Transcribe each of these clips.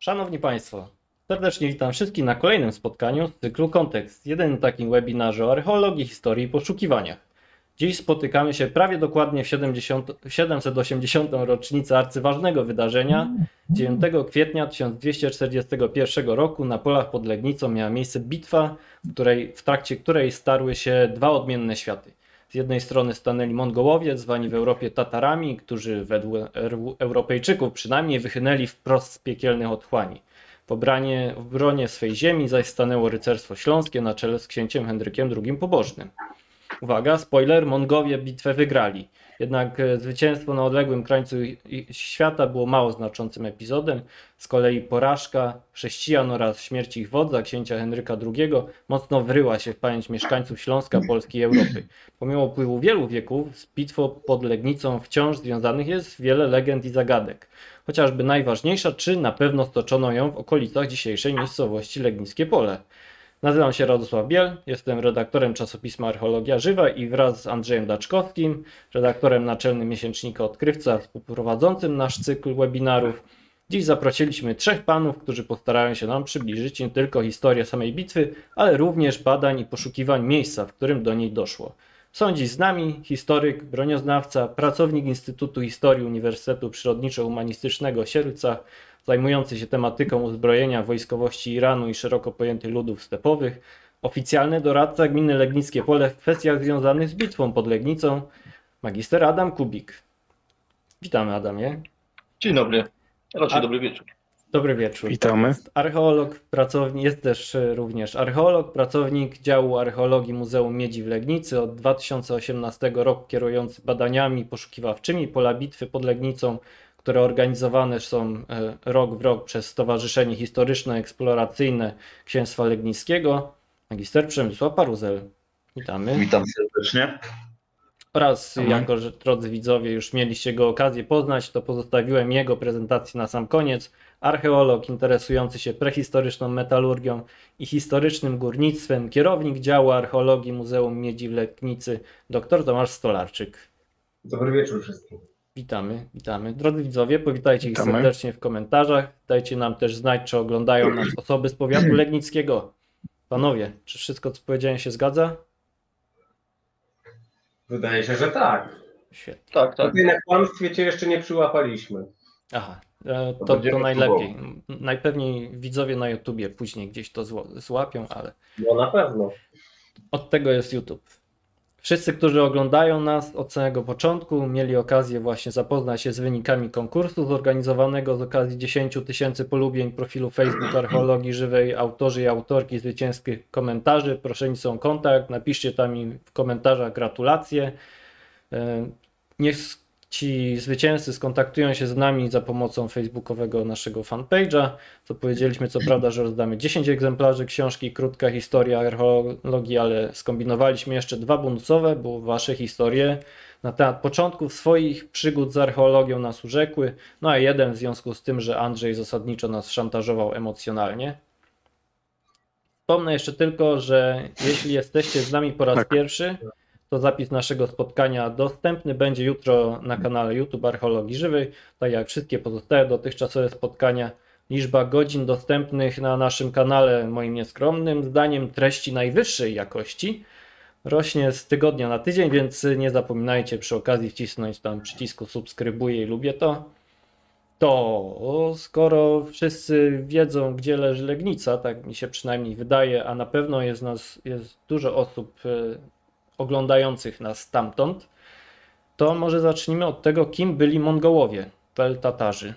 Szanowni Państwo, serdecznie witam wszystkich na kolejnym spotkaniu z cyklu Kontekst, jedynym takim webinarze o archeologii, historii i poszukiwaniach. Dziś spotykamy się prawie dokładnie w 780. rocznicę arcyważnego wydarzenia. 9 kwietnia 1241 roku na polach pod Legnicą miała miejsce bitwa, w trakcie której starły się dwa odmienne światy. Z jednej strony stanęli Mongołowie, zwani w Europie Tatarami, którzy według Europejczyków przynajmniej wychynęli wprost z piekielnych otchłani. W obronie swej ziemi zaś stanęło rycerstwo śląskie na czele z księciem Henrykiem II Pobożnym. Uwaga, spoiler, Mongowie bitwę wygrali. Jednak zwycięstwo na odległym krańcu świata było mało znaczącym epizodem. Z kolei porażka chrześcijan oraz śmierć ich wodza, księcia Henryka II, mocno wryła się w pamięć mieszkańców Śląska, Polski i Europy. Pomimo upływu wielu wieków z bitwą pod Legnicą wciąż związanych jest wiele legend i zagadek. Chociażby najważniejsza, czy na pewno stoczono ją w okolicach dzisiejszej miejscowości Legnickie Pole. Nazywam się Radosław Biel, jestem redaktorem czasopisma Archeologia Żywa i wraz z Andrzejem Daczkowskim, redaktorem naczelnym miesięcznika Odkrywca, współprowadzącym nasz cykl webinarów. Dziś zaprosiliśmy trzech panów, którzy postarają się nam przybliżyć nie tylko historię samej bitwy, ale również badań i poszukiwań miejsca, w którym do niej doszło. Są dziś z nami historyk, bronioznawca, pracownik Instytutu Historii Uniwersytetu Przyrodniczo-Humanistycznego w Sierdzicach, zajmujący się tematyką uzbrojenia wojskowości Iranu i szeroko pojętych ludów stepowych, oficjalny doradca gminy Legnickie Pole w kwestiach związanych z bitwą pod Legnicą, magister Adam Kubik. Witamy, Adamie. Dzień dobry, raczej dobry wieczór. Dobry wieczór. Witamy. Jest też również archeolog, pracownik działu archeologii Muzeum Miedzi w Legnicy, od 2018 roku kierujący badaniami poszukiwawczymi pola bitwy pod Legnicą, które organizowane są rok w rok przez Stowarzyszenie Historyczno-Eksploracyjne Księstwa Legnickiego, magister Przemysław Paruzel. Witamy. Witam serdecznie. Oraz jako, że drodzy widzowie już mieliście go okazję poznać, to pozostawiłem jego prezentację na sam koniec. Archeolog interesujący się prehistoryczną metalurgią i historycznym górnictwem, kierownik działu archeologii Muzeum Miedzi w Legnicy, dr Tomasz Stolarczyk. Dobry wieczór wszystkim. Witamy. Drodzy widzowie, powitajcie ich Witamy. serdecznie w komentarzach. Dajcie nam też znać, czy oglądają nas osoby z powiatu legnickiego. Panowie, czy wszystko, co powiedziałem, się zgadza? Wydaje się, że tak. Świetnie. Tak. Tutaj na kłamstwie cię jeszcze nie przyłapaliśmy. Aha, To to będziemy najlepiej. Najpewniej widzowie na YouTubie później gdzieś to złapią, ale No na pewno. od tego jest YouTube. Wszyscy, którzy oglądają nas od samego początku, mieli okazję właśnie zapoznać się z wynikami konkursu zorganizowanego z okazji 10 000 polubień profilu Facebook Archeologii Żywej. Autorzy i autorki zwycięskich komentarzy, proszeni są o kontakt, napiszcie tam im w komentarzach gratulacje. Niech ci zwycięzcy skontaktują się z nami za pomocą facebookowego naszego fanpage'a. Co powiedzieliśmy, co prawda, że rozdamy 10 egzemplarzy książki Krótka historia archeologii, ale skombinowaliśmy jeszcze dwa bonusowe, bo wasze historie na temat początków swoich przygód z archeologią nas urzekły. No a jeden w związku z tym, że Andrzej zasadniczo nas szantażował emocjonalnie. Wspomnę jeszcze tylko, że jeśli jesteście z nami po raz pierwszy, to zapis naszego spotkania dostępny będzie jutro na kanale YouTube Archeologii Żywej. Tak jak wszystkie pozostałe dotychczasowe spotkania, liczba godzin dostępnych na naszym kanale, moim nieskromnym zdaniem, treści najwyższej jakości rośnie z tygodnia na tydzień, więc nie zapominajcie przy okazji wcisnąć tam przycisku subskrybuję i lubię to. To skoro wszyscy wiedzą, gdzie leży Legnica, tak mi się przynajmniej wydaje, a na pewno jest dużo osób oglądających nas stamtąd, to może zacznijmy od tego, kim byli Mongołowie, Tatarzy.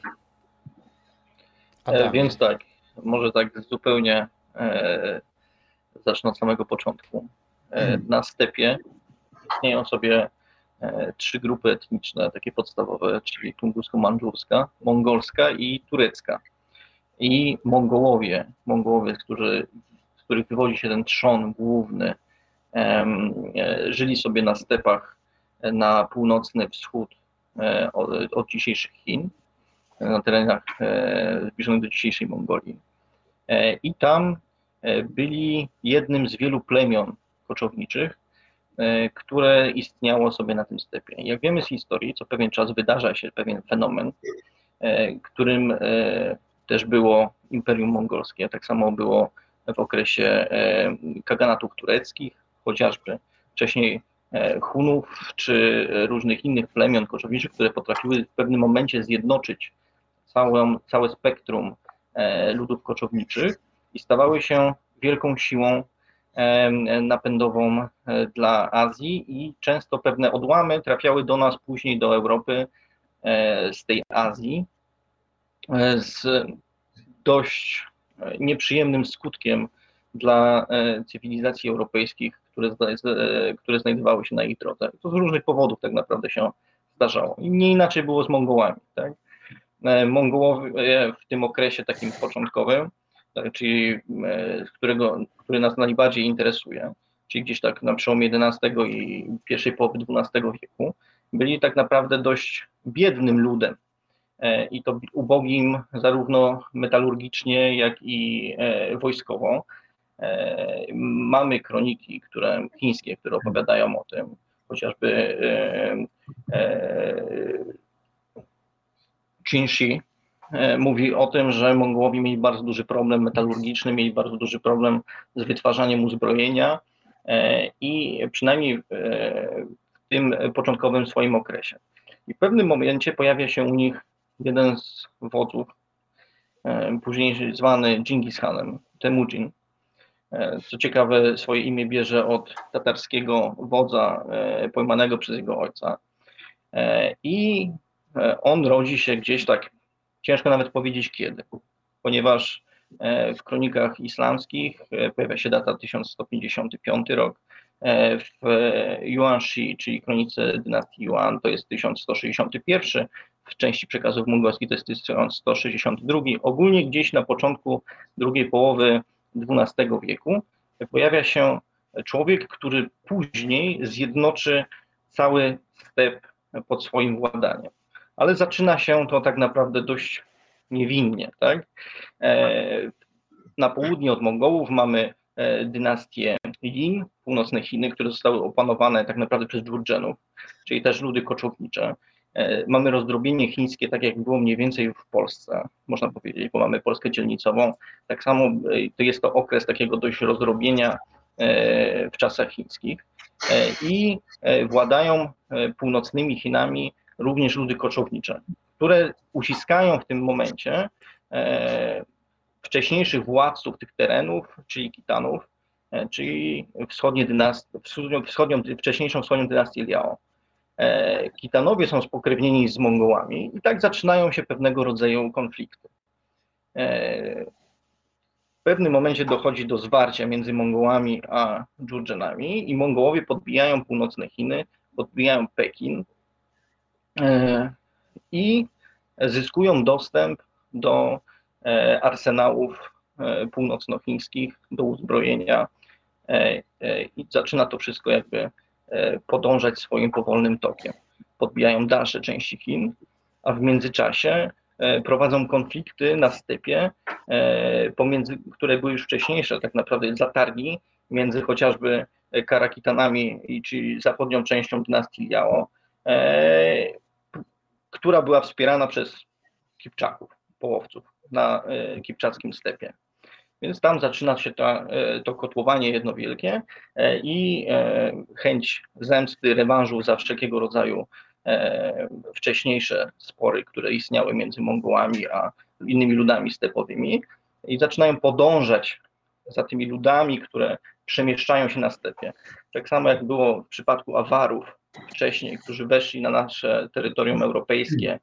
Więc tak, może tak zupełnie zacznę od samego początku. Na stepie istnieją sobie trzy grupy etniczne, takie podstawowe, czyli tungusko-mandżurska, mongolska i turecka. I Mongołowie, z których wywodzi się ten trzon główny, żyli sobie na stepach na północny wschód od dzisiejszych Chin, na terenach zbliżonych do dzisiejszej Mongolii. I tam byli jednym z wielu plemion koczowniczych, które istniało sobie na tym stepie. Jak wiemy z historii, co pewien czas wydarza się pewien fenomen, którym też było Imperium Mongolskie, tak samo było w okresie kaganatów tureckich, chociażby wcześniej Hunów czy różnych innych plemion koczowniczych, które potrafiły w pewnym momencie zjednoczyć całe spektrum ludów koczowniczych i stawały się wielką siłą napędową dla Azji i często pewne odłamy trafiały do nas później do Europy z tej Azji z dość nieprzyjemnym skutkiem dla cywilizacji europejskich, które znajdowały się na ich drodze. To z różnych powodów tak naprawdę się zdarzało. I nie inaczej było z Mongołami. Tak? Mongołowie w tym okresie takim początkowym, czyli który nas najbardziej interesuje, czyli gdzieś tak na przełomie XI i pierwszej połowy XII wieku, byli tak naprawdę dość biednym ludem. I to ubogim zarówno metalurgicznie, jak i wojskowo. Mamy kroniki chińskie, które opowiadają o tym, chociażby Qinshi mówi o tym, że Mongołowie mieli bardzo duży problem metalurgiczny, mieli bardzo duży problem z wytwarzaniem uzbrojenia i przynajmniej w tym początkowym swoim okresie. I w pewnym momencie pojawia się u nich jeden z wodzów, później zwany Dżingis Hanem, Temujin. Co ciekawe, swoje imię bierze od tatarskiego wodza pojmanego przez jego ojca. I on rodzi się gdzieś tak, ciężko nawet powiedzieć kiedy, ponieważ w kronikach islamskich pojawia się data 1155 rok, w Yuanshi, czyli kronice dynastii Yuan, to jest 1161, w części przekazów mongolskich to jest 1162. Ogólnie gdzieś na początku drugiej połowy XII wieku pojawia się człowiek, który później zjednoczy cały step pod swoim władaniem. Ale zaczyna się to tak naprawdę dość niewinnie. Tak? Na południe od Mongołów mamy dynastię Jin, północne Chiny, które zostały opanowane tak naprawdę przez Dżurdżenów, czyli też ludy koczownicze. Mamy rozdrobienie chińskie, tak jak było mniej więcej w Polsce, można powiedzieć, bo mamy Polskę dzielnicową. Tak samo to jest to okres takiego dość rozdrobienia w czasach chińskich i władają północnymi Chinami również ludy koczownicze, które uciskają w tym momencie wcześniejszych władców tych terenów, czyli Kitanów, czyli wcześniejszą wschodnią dynastię Liao. Kitanowie są spokrewnieni z Mongołami i tak zaczynają się pewnego rodzaju konflikty. W pewnym momencie dochodzi do zwarcia między Mongołami a Dżurdżenami i Mongołowie podbijają północne Chiny, podbijają Pekin i zyskują dostęp do arsenałów północnochińskich, do uzbrojenia i zaczyna to wszystko jakby podążać swoim powolnym tokiem. Podbijają dalsze części Chin, a w międzyczasie prowadzą konflikty na stepie, które były już wcześniejsze, tak naprawdę zatargi między chociażby Karakitanami, czyli zachodnią częścią dynastii Liao, która była wspierana przez Kipczaków, połowców na kipczackim stepie. Więc tam zaczyna się to kotłowanie jedno wielkie i chęć zemsty, rewanżu za wszelkiego rodzaju wcześniejsze spory, które istniały między Mongołami a innymi ludami stepowymi i zaczynają podążać za tymi ludami, które przemieszczają się na stepie. Tak samo jak było w przypadku Awarów wcześniej, którzy weszli na nasze terytorium europejskie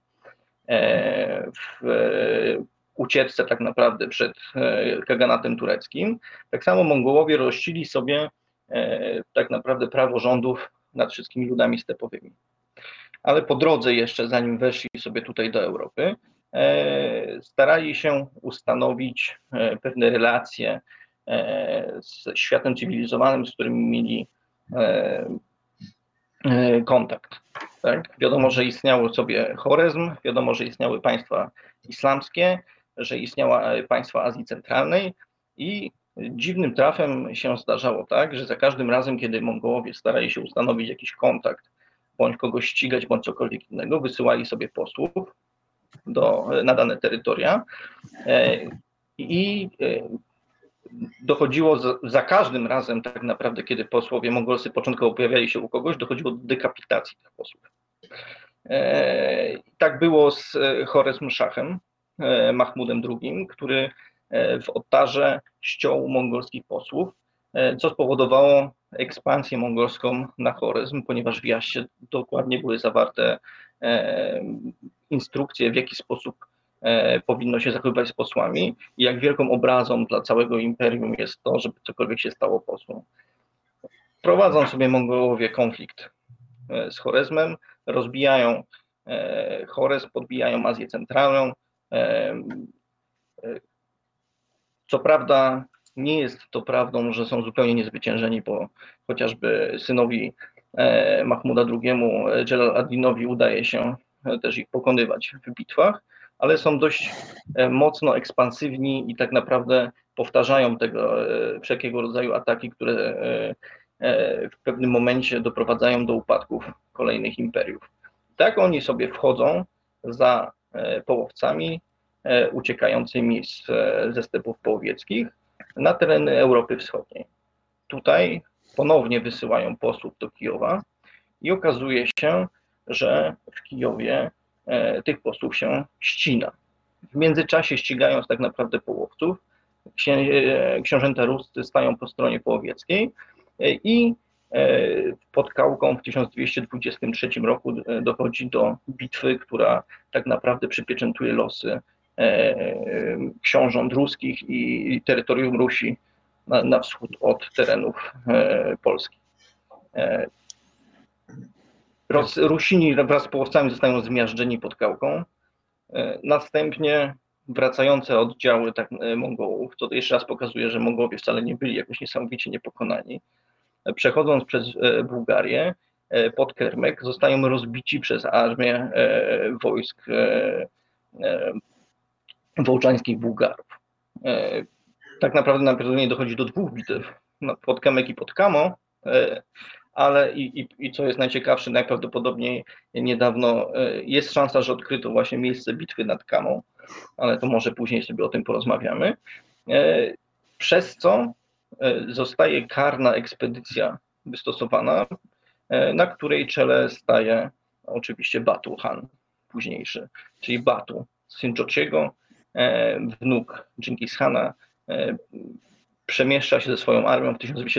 w ucieczce tak naprawdę przed kaganatem tureckim, tak samo Mongołowie rościli sobie tak naprawdę prawo rządów nad wszystkimi ludami stepowymi. Ale po drodze jeszcze, zanim weszli sobie tutaj do Europy, starali się ustanowić pewne relacje z światem cywilizowanym, z którym mieli kontakt. Tak? Wiadomo, że istniało sobie Chorezm, wiadomo, że istniały państwa islamskie, że istniała państwa Azji Centralnej i dziwnym trafem się zdarzało tak, że za każdym razem, kiedy Mongołowie starali się ustanowić jakiś kontakt, bądź kogoś ścigać, bądź cokolwiek innego, wysyłali sobie posłów na dane terytoria i dochodziło za każdym razem tak naprawdę, kiedy posłowie mongolscy początkowo pojawiali się u kogoś, dochodziło do dekapitacji tych posłów. Tak było z Chorezm-Szachem, Mahmudem II, który w Ottarze ściął mongolskich posłów, co spowodowało ekspansję mongolską na Chorezm, ponieważ w Jaście dokładnie były zawarte instrukcje, w jaki sposób powinno się zachowywać z posłami i jak wielką obrazą dla całego imperium jest to, żeby cokolwiek się stało posłom. Prowadzą sobie Mongolowie konflikt z Chorezmem, rozbijają Chorezm, podbijają Azję Centralną. Co prawda nie jest to prawdą, że są zupełnie niezwyciężeni, bo chociażby synowi Mahmuda II, Celal ad-Dinowi, udaje się też ich pokonywać w bitwach, ale są dość mocno ekspansywni i tak naprawdę powtarzają tego wszelkiego rodzaju ataki, które w pewnym momencie doprowadzają do upadków kolejnych imperiów. Tak oni sobie wchodzą za połowcami uciekającymi ze stepów połowieckich na tereny Europy Wschodniej. Tutaj ponownie wysyłają posłów do Kijowa i okazuje się, że w Kijowie tych posłów się ścina. W międzyczasie, ścigając tak naprawdę połowców, książęta ruscy stają po stronie połowieckiej i pod Kałką w 1223 roku dochodzi do bitwy, która tak naprawdę przypieczętuje losy książąt ruskich i terytorium Rusi na wschód od terenów Polski. Rusini wraz z połowcami zostają zmiażdżeni pod Kałką. Następnie wracające oddziały Mongołów, to jeszcze raz pokazuje, że Mongołowie wcale nie byli jakoś niesamowicie niepokonani, przechodząc przez Bułgarię pod Kermek, zostają rozbici przez armię wojsk wołczańskich Bułgarów. Tak naprawdę najprawdopodobniej dochodzi do dwóch bitew, pod Kemek i pod Kamo, ale i co jest najciekawsze, najprawdopodobniej niedawno jest szansa, że odkryto właśnie miejsce bitwy nad Kamą, ale to może później sobie o tym porozmawiamy. Przez co zostaje karna ekspedycja wystosowana, na której czele staje oczywiście Batu Han późniejszy, czyli Batu, syn Jociego, wnuk Dżingis Hana, przemieszcza się ze swoją armią w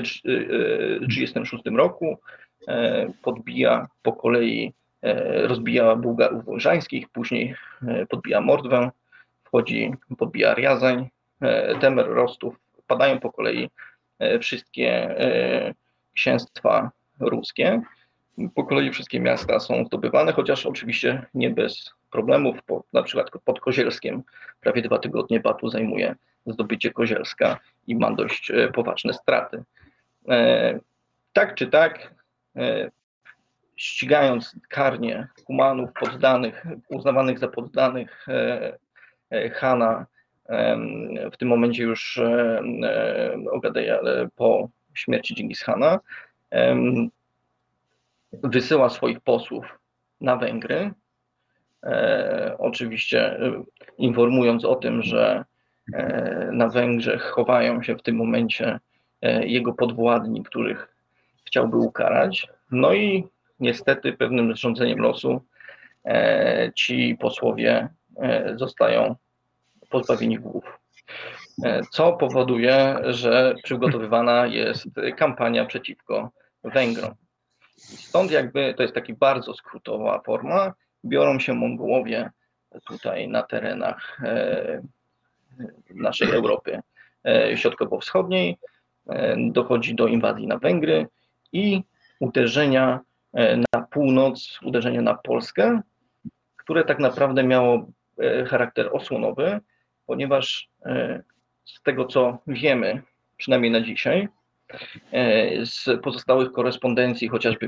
1236 roku, podbija po kolei, rozbija Bułgarów wołżańskich, później podbija Mordwę, podbija Riazań, Temer, Rostów, padają po kolei wszystkie księstwa ruskie. Po kolei wszystkie miasta są zdobywane, chociaż oczywiście nie bez problemów. Na przykład pod Kozielskiem prawie 2 tygodnie Batu zajmuje zdobycie Kozielska i ma dość poważne straty. Tak czy tak, ścigając karnie Kumanów, poddanych, uznawanych za poddanych Hana, w tym momencie już Ogadeja, ale po śmierci Dżingis Hana, wysyła swoich posłów na Węgry, oczywiście informując o tym, że na Węgrzech chowają się w tym momencie jego podwładni, których chciałby ukarać. No i niestety pewnym zrządzeniem losu ci posłowie zostają pozbawieni głów. Co powoduje, że przygotowywana jest kampania przeciwko Węgrom. Stąd jakby, to jest taka bardzo skrótowa forma, biorą się Mongołowie tutaj na terenach naszej Europy Środkowo-Wschodniej, dochodzi do inwazji na Węgry i uderzenia na północ, uderzenia na Polskę, które tak naprawdę miało charakter osłonowy, ponieważ z tego co wiemy, przynajmniej na dzisiaj, z pozostałych korespondencji chociażby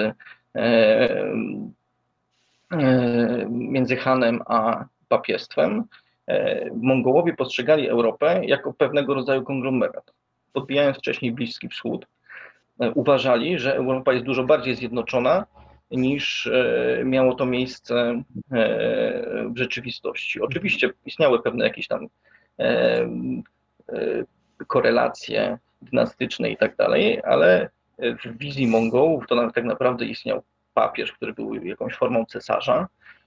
między Hanem a papiestwem, Mongołowie postrzegali Europę jako pewnego rodzaju konglomerat. Podbijając wcześniej Bliski Wschód, uważali, że Europa jest dużo bardziej zjednoczona niż miało to miejsce w rzeczywistości. Oczywiście istniały pewne jakieś tam korelacje dynastyczne i tak dalej, ale w wizji Mongołów to tak naprawdę istniał papież, który był jakąś formą cesarza,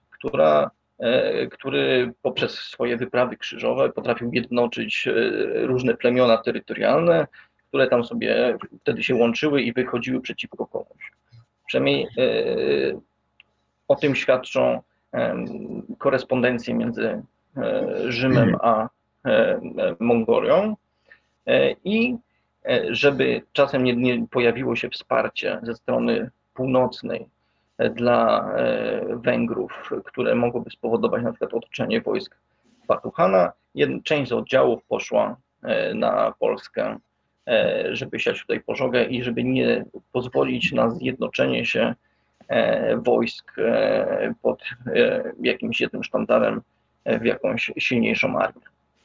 który poprzez swoje wyprawy krzyżowe potrafił jednoczyć różne plemiona terytorialne, które tam sobie wtedy się łączyły i wychodziły przeciwko komuś. Przynajmniej o tym świadczą korespondencje między Rzymem a Mongolią i żeby czasem nie pojawiło się wsparcie ze strony północnej dla Węgrów, które mogłoby spowodować na przykład otoczenie wojsk Batuhana, część z oddziałów poszła na Polskę, żeby siać tutaj pożogę i żeby nie pozwolić na zjednoczenie się wojsk pod jakimś jednym sztandarem w jakąś silniejszą armię.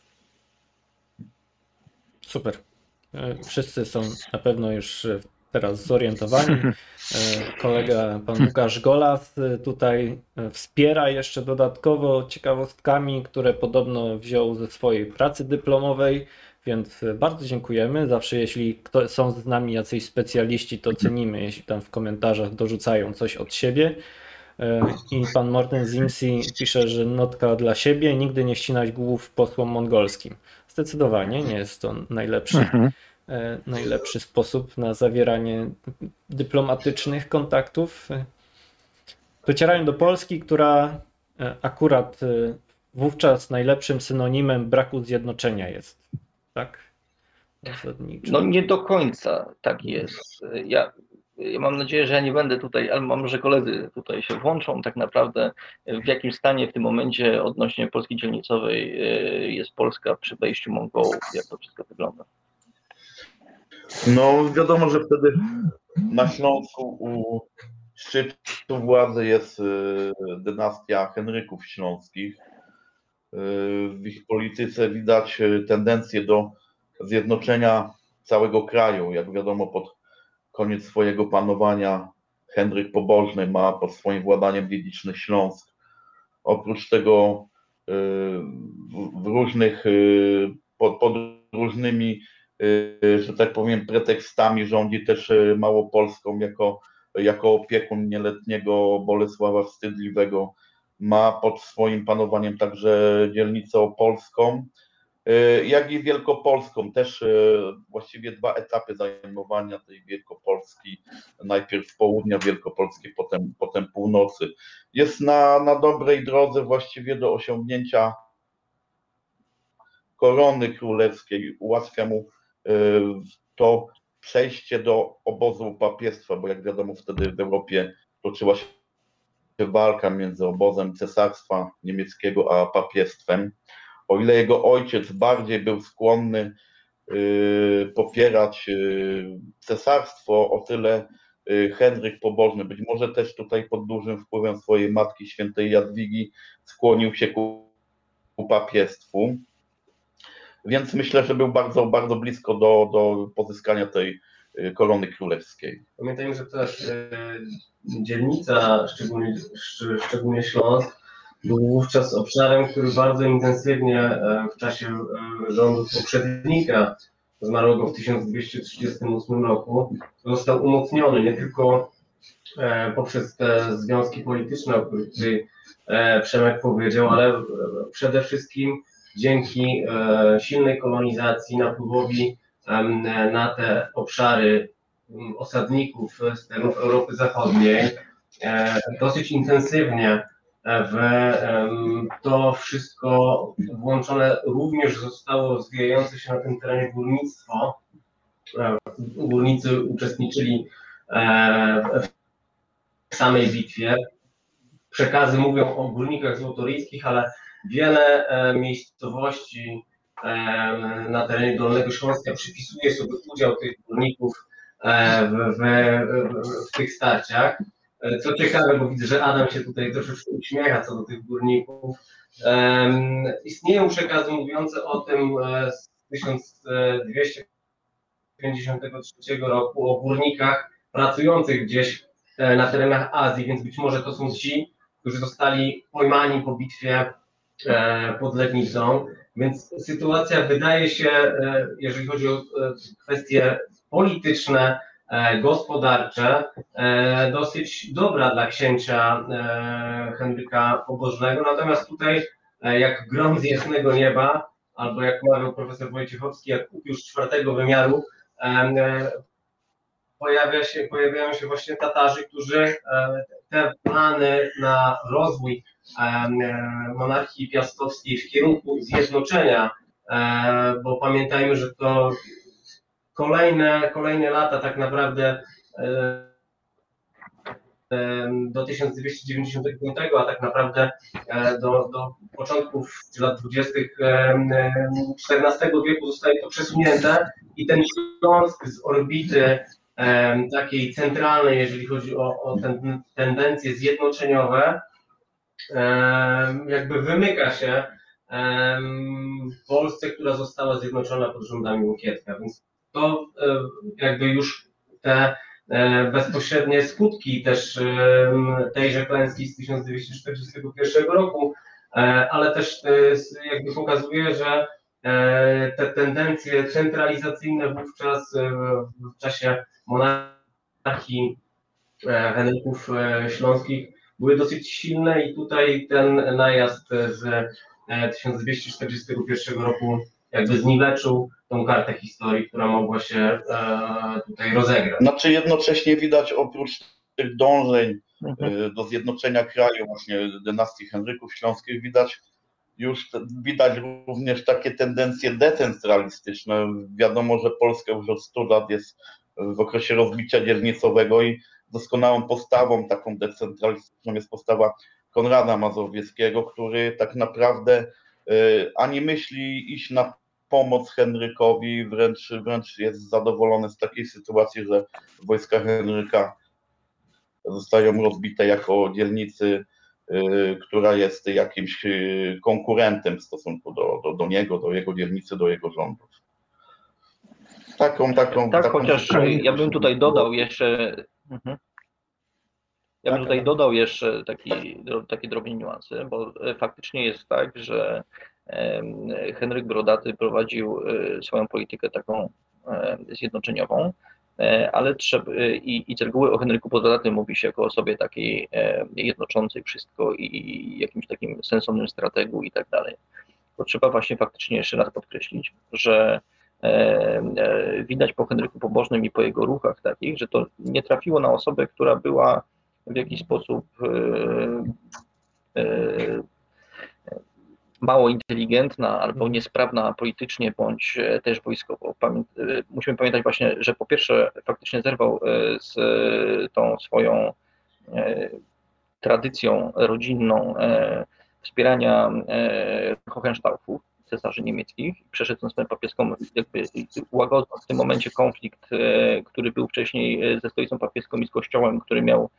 Super. Wszyscy są na pewno już teraz zorientowani. Kolega pan Łukasz Golas tutaj wspiera jeszcze dodatkowo ciekawostkami, które podobno wziął ze swojej pracy dyplomowej, więc bardzo dziękujemy. Zawsze jeśli są z nami jacyś specjaliści, to cenimy, jeśli tam w komentarzach dorzucają coś od siebie. I pan Morten Zimsi pisze, że notka dla siebie, nigdy nie ścinać głów posłom mongolskim. Zdecydowanie nie jest to najlepszy sposób na zawieranie dyplomatycznych kontaktów. Docierają do Polski, która akurat wówczas najlepszym synonimem braku zjednoczenia jest. Tak? Zasadniczo. No nie do końca tak jest. Ja mam nadzieję, że ja nie będę tutaj, ale mam, że koledzy tutaj się włączą. Tak naprawdę w jakim stanie w tym momencie odnośnie Polski dzielnicowej jest Polska przy wejściu Mongołów, jak to wszystko wygląda? No wiadomo, że wtedy na Śląsku u szczytu władzy jest dynastia Henryków Śląskich. W ich polityce widać tendencję do zjednoczenia całego kraju. Jak wiadomo, pod koniec swojego panowania Henryk Pobożny ma pod swoim władaniem dziedziczny Śląsk. Oprócz tego w różnych, pod różnymi, że tak powiem, pretekstami rządzi też Małopolską jako opiekun nieletniego Bolesława Wstydliwego. Ma pod swoim panowaniem także dzielnicę opolską, jak i wielkopolską. Też właściwie dwa etapy zajmowania tej Wielkopolski. Najpierw południa Wielkopolskiej, potem północy. Jest na dobrej drodze właściwie do osiągnięcia korony królewskiej. Ułatwia mu to przejście do obozu papiestwa, bo jak wiadomo wtedy w Europie toczyła się walka między obozem cesarstwa niemieckiego a papiestwem. O ile jego ojciec bardziej był skłonny popierać cesarstwo, o tyle Henryk Pobożny, być może też tutaj pod dużym wpływem swojej matki świętej Jadwigi, skłonił się ku papiestwu. Więc myślę, że był bardzo, bardzo blisko do pozyskania tej korony królewskiej. Pamiętajmy, że też dzielnica, szczególnie Śląsk, był wówczas obszarem, który bardzo intensywnie w czasie rządów poprzednika, zmarłego w 1238 roku, został umocniony nie tylko poprzez te związki polityczne, o których tutaj Przemek powiedział, ale przede wszystkim dzięki silnej kolonizacji, napływowi na te obszary osadników z terenów Europy Zachodniej, dosyć intensywnie w to wszystko włączone również zostało rozwijające się na tym terenie górnictwo. Górnicy uczestniczyli w samej bitwie. Przekazy mówią o górnikach złotoryjskich, ale wiele miejscowości na terenie Dolnego Śląska przypisuje sobie udział tych górników w tych starciach. Co ciekawe, bo widzę, że Adam się tutaj troszeczkę uśmiecha co do tych górników. Istnieją przekazy mówiące o tym z 1253 roku o górnikach pracujących gdzieś na terenach Azji, więc być może to są ci, którzy zostali pojmani po bitwie pod Legnicą, więc sytuacja wydaje się, jeżeli chodzi o kwestie polityczne, gospodarcze, dosyć dobra dla księcia Henryka Pobożnego, natomiast tutaj jak grom z jasnego nieba, albo jak mawiał profesor Wojciechowski, jak upiór czwartego wymiaru, pojawiają się właśnie Tatarzy, którzy te plany na rozwój monarchii piastowskiej w kierunku zjednoczenia, bo pamiętajmy, że to kolejne lata tak naprawdę do 1295, a tak naprawdę do początków lat 20. XIV wieku zostaje to przesunięte i ten Śląsk z orbity takiej centralnej, jeżeli chodzi o tendencje zjednoczeniowe, jakby wymyka się Polsce, która została zjednoczona pod rządami Łokietka, więc to jakby już te bezpośrednie skutki też tejże klęski z 1241 roku, ale też jakby pokazuje, że te tendencje centralizacyjne wówczas w czasie monarchii Henryków Śląskich były dosyć silne i tutaj ten najazd z 1241 roku jakby zniweczył tą kartę historii, która mogła się tutaj rozegrać. Znaczy jednocześnie widać oprócz tych dążeń do zjednoczenia kraju, właśnie dynastii Henryków Śląskich, widać również takie tendencje decentralistyczne. Wiadomo, że Polska już od 100 lat jest w okresie rozbicia dzielnicowego i doskonałą postawą taką decentralistyczną jest postawa Konrada Mazowieckiego, który tak naprawdę ani myśli iść na pomoc Henrykowi, wręcz jest zadowolony z takiej sytuacji, że wojska Henryka zostają rozbite jako dzielnicy, która jest jakimś konkurentem w stosunku do niego, do jego dzielnicy, do jego rządów. Tak, chociaż ja bym tutaj dodał jeszcze. Ja bym tutaj dodał jeszcze takie drobne niuanse, bo faktycznie jest tak, że Henryk Brodaty prowadził swoją politykę taką zjednoczeniową, ale i z reguły o Henryku Brodatym mówi się jako osobie takiej jednoczącej wszystko i jakimś takim sensownym strategu i tak dalej. To trzeba właśnie faktycznie jeszcze raz podkreślić, że widać po Henryku Pobożnym i po jego ruchach takich, że to nie trafiło na osobę, która była w jakiś sposób mało inteligentna albo niesprawna politycznie bądź też wojskowo. Musimy pamiętać właśnie, że po pierwsze faktycznie zerwał z tą swoją tradycją rodzinną wspierania Hohenstaufów, cesarzy niemieckich, przeszedł na stronę papieską, jakby łagodząc w tym momencie konflikt, który był wcześniej ze stolicą papieską i z kościołem, który miał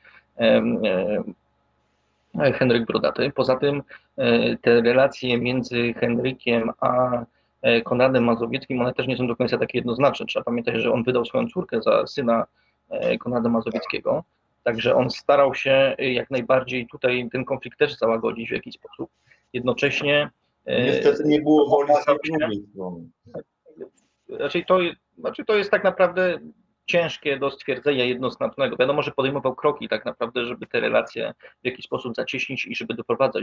Henryk Brodaty. Poza tym te relacje między Henrykiem a Konradem Mazowieckim, one też nie są do końca takie jednoznaczne. Trzeba pamiętać, że on wydał swoją córkę za syna Konrada Mazowieckiego, także on starał się jak najbardziej tutaj ten konflikt też załagodzić w jakiś sposób. Jednocześnie niestety nie było woli z drugiej strony. Raczej to jest tak naprawdę ciężkie do stwierdzenia jednoznacznego. Wiadomo, że podejmował kroki tak naprawdę, żeby te relacje w jakiś sposób zacieśnić i żeby doprowadzać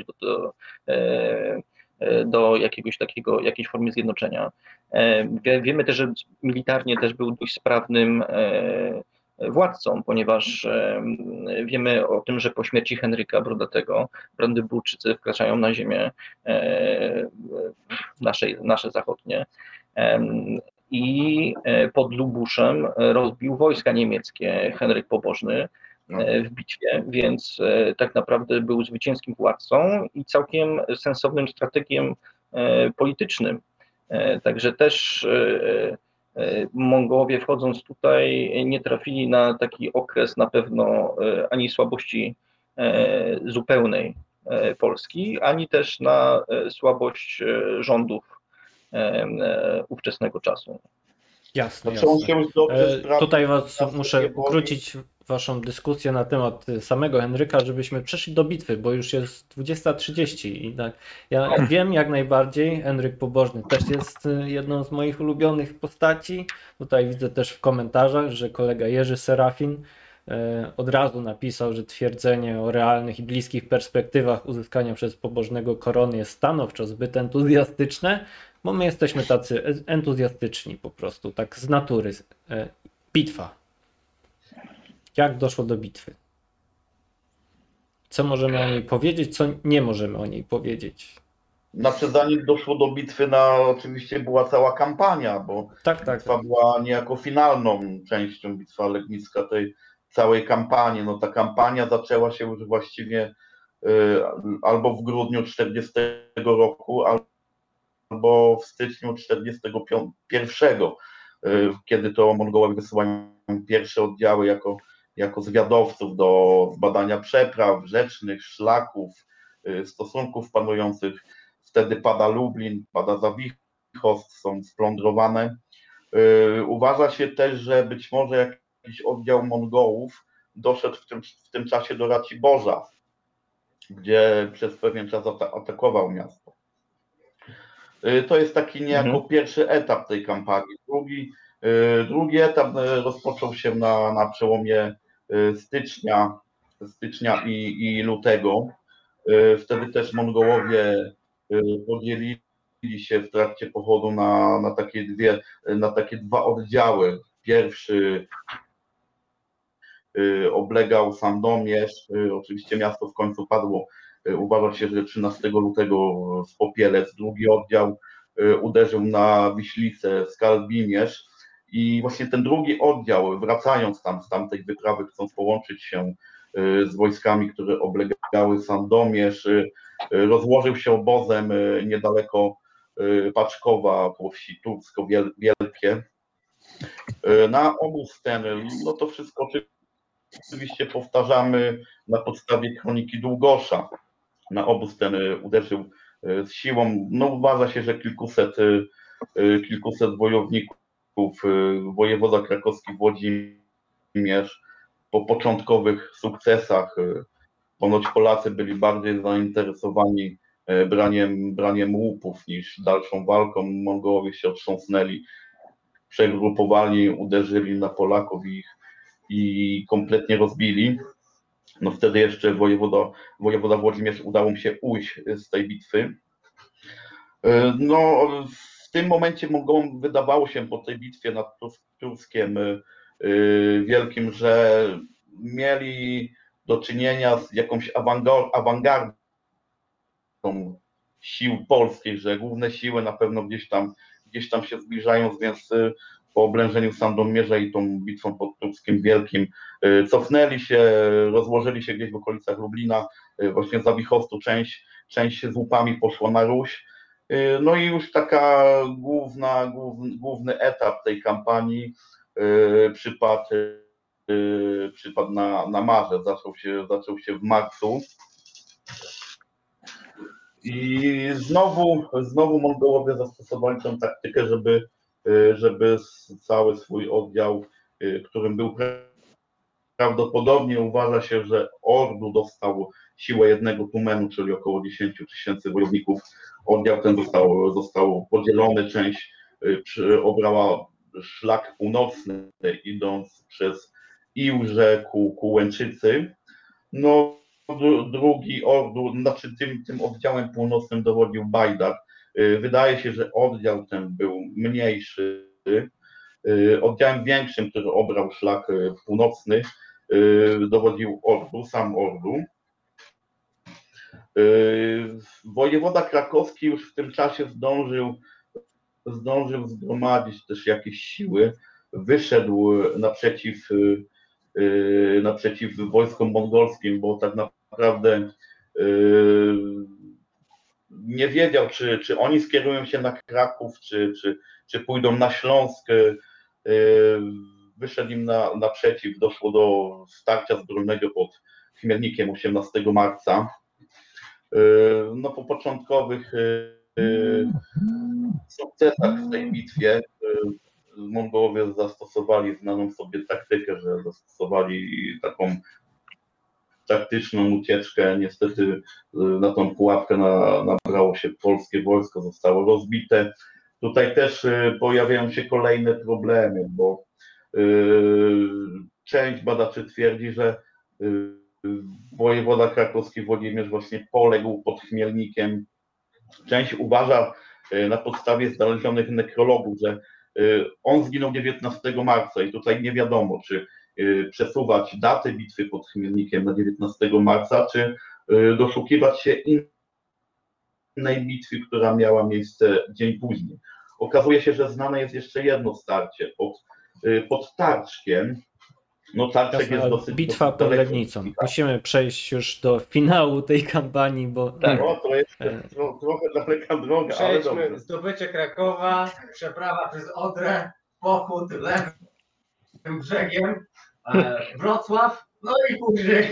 do jakiejś formy zjednoczenia. Wiemy też, że militarnie też był dość sprawnym władcą, ponieważ wiemy o tym, że po śmierci Henryka Brodatego Brandenburczycy wkraczają na ziemię nasze zachodnie i pod Lubuszem rozbił wojska niemieckie Henryk Pobożny w bitwie, więc tak naprawdę był zwycięskim władcą i całkiem sensownym strategiem politycznym. Także też Mongołowie wchodząc tutaj nie trafili na taki okres na pewno ani słabości zupełnej Polski, ani też na słabość rządów ówczesnego czasu. Jasne, Znaczy on jasne. się już dobrze sprawdził Tutaj was w XVII muszę wieku. ukrócić waszą dyskusję na temat samego Henryka, żebyśmy przeszli do bitwy, bo już jest 20:30 i tak. Ja wiem jak najbardziej, Henryk Pobożny też jest jedną z moich ulubionych postaci. Tutaj widzę też w komentarzach, że kolega Jerzy Serafin od razu napisał, że twierdzenie o realnych i bliskich perspektywach uzyskania przez Pobożnego korony jest stanowczo zbyt entuzjastyczne, bo my jesteśmy tacy entuzjastyczni po prostu, tak z natury. Bitwa. Jak doszło do bitwy? Co możemy o niej powiedzieć, co nie możemy o niej powiedzieć? Znaczy, zanim doszło do bitwy, oczywiście była cała kampania, bo Tak. bitwa była niejako finalną częścią, bitwa legnicka tej całej kampanii. No ta kampania zaczęła się już właściwie albo w grudniu 40 roku, albo w styczniu 41, kiedy to Mongołowie wysyłają pierwsze oddziały jako zwiadowców do zbadania przepraw rzecznych, szlaków, stosunków panujących. Wtedy pada Lublin, pada Zawichost, są splądrowane. Uważa się też, że być może jakiś oddział Mongołów doszedł w tym czasie do Raciborza, gdzie przez pewien czas atakował miasto. To jest taki niejako pierwszy etap tej kampanii. Drugi etap rozpoczął się na przełomie stycznia i lutego. Wtedy też Mongołowie podzielili się w trakcie pochodu na takie dwa oddziały. Pierwszy oblegał Sandomierz, oczywiście miasto w końcu padło, uważa się, że 13 lutego z Popielec. Drugi oddział uderzył na Wiślicę, Skalbimierz i właśnie ten drugi oddział, wracając z tamtej wyprawy, chcąc połączyć się z wojskami, które oblegały Sandomierz, rozłożył się obozem niedaleko Paczkowa, po wsi Tursko-Wielkie. Na obóz ten, no to wszystko oczywiście powtarzamy na podstawie kroniki Długosza. Na obóz ten uderzył z siłą. No uważa się, że kilkuset wojowników, wojewoda krakowski Włodzimierz, po początkowych sukcesach, ponoć Polacy byli bardziej zainteresowani braniem łupów niż dalszą walką. Mongołowie się otrząsnęli, przegrupowali, uderzyli na Polaków i kompletnie rozbili. No wtedy jeszcze wojewoda Włodzimierz udało mu się ujść z tej bitwy. No w tym momencie Mongołom wydawało się po tej bitwie nad Turskiem Wielkim, że mieli do czynienia z jakąś awangardą sił polskich, że główne siły na pewno gdzieś tam się zbliżają, więc po oblężeniu Sandomierza i tą bitwą pod Turskiem Wielkim cofnęli się, rozłożyli się gdzieś w okolicach Lublina, właśnie z Zawichostu część z łupami poszła na Ruś. No i już taka główny etap tej kampanii przypadł na marzec, zaczął się w marcu. I znowu Mongołowie zastosowali tę taktykę, żeby cały swój oddział, którym był prawdopodobnie, uważa się, że Ordu dostał siłę jednego tumenu, czyli około 10 000 wojowników. Oddział ten został podzielony, część obrała szlak północny, idąc przez Iłżę ku Łęczycy. No, drugi Ordu, znaczy tym oddziałem północnym dowodził Bajdar. Wydaje się, że oddział ten był mniejszy. Oddziałem większym, który obrał szlak północny, dowodził sam Ordu. Wojewoda krakowski już w tym czasie zdążył zgromadzić też jakieś siły, wyszedł naprzeciw wojskom mongolskim, bo tak naprawdę nie wiedział, czy oni skierują się na Kraków, czy pójdą na Śląsk. Wyszedł im naprzeciw, doszło do starcia zbrojnego pod Chmielnikiem 18 marca. No, po początkowych sukcesach w tej bitwie Mongołowie zastosowali znaną sobie taktykę, że zastosowali taką taktyczną ucieczkę. Niestety na tą pułapkę nabrało się polskie wojsko, zostało rozbite. Tutaj też pojawiają się kolejne problemy, bo część badaczy twierdzi, że wojewoda krakowski Włodzimierz właśnie poległ pod Chmielnikiem. Część uważa na podstawie znalezionych nekrologów, że on zginął 19 marca i tutaj nie wiadomo, czy przesuwać datę bitwy pod Chmielnikiem na 19 marca, czy doszukiwać się innej bitwy, która miała miejsce dzień później. Okazuje się, że znane jest jeszcze jedno starcie pod Tarczkiem. No Tarczek Jasne, jest ale dosyć bitwa pod daleko. Legnicą. Musimy przejść już do finału tej kampanii, bo Tak. No to jest trochę daleka droga, ale dobrze. Przejdźmy, zdobycie Krakowa, przeprawa przez Odrę, pochód lewym brzegiem, Wrocław, no i później,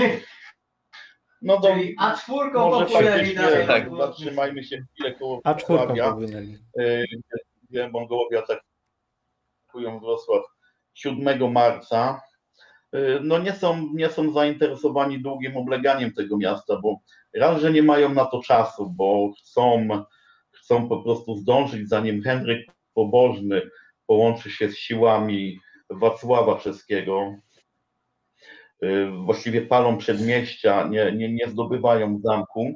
No do, czyli A4 może popłynęli dalej. tak. zatrzymajmy się chwilę koło A4 Wrocławia, popłynęli. gdzie Mongołowie atakują Wrocław 7 marca. No nie są zainteresowani długim obleganiem tego miasta, bo raz, że nie mają na to czasu, bo chcą po prostu zdążyć, zanim Henryk Pobożny połączy się z siłami Wacława Czeskiego. Właściwie palą przedmieścia, nie zdobywają zamku.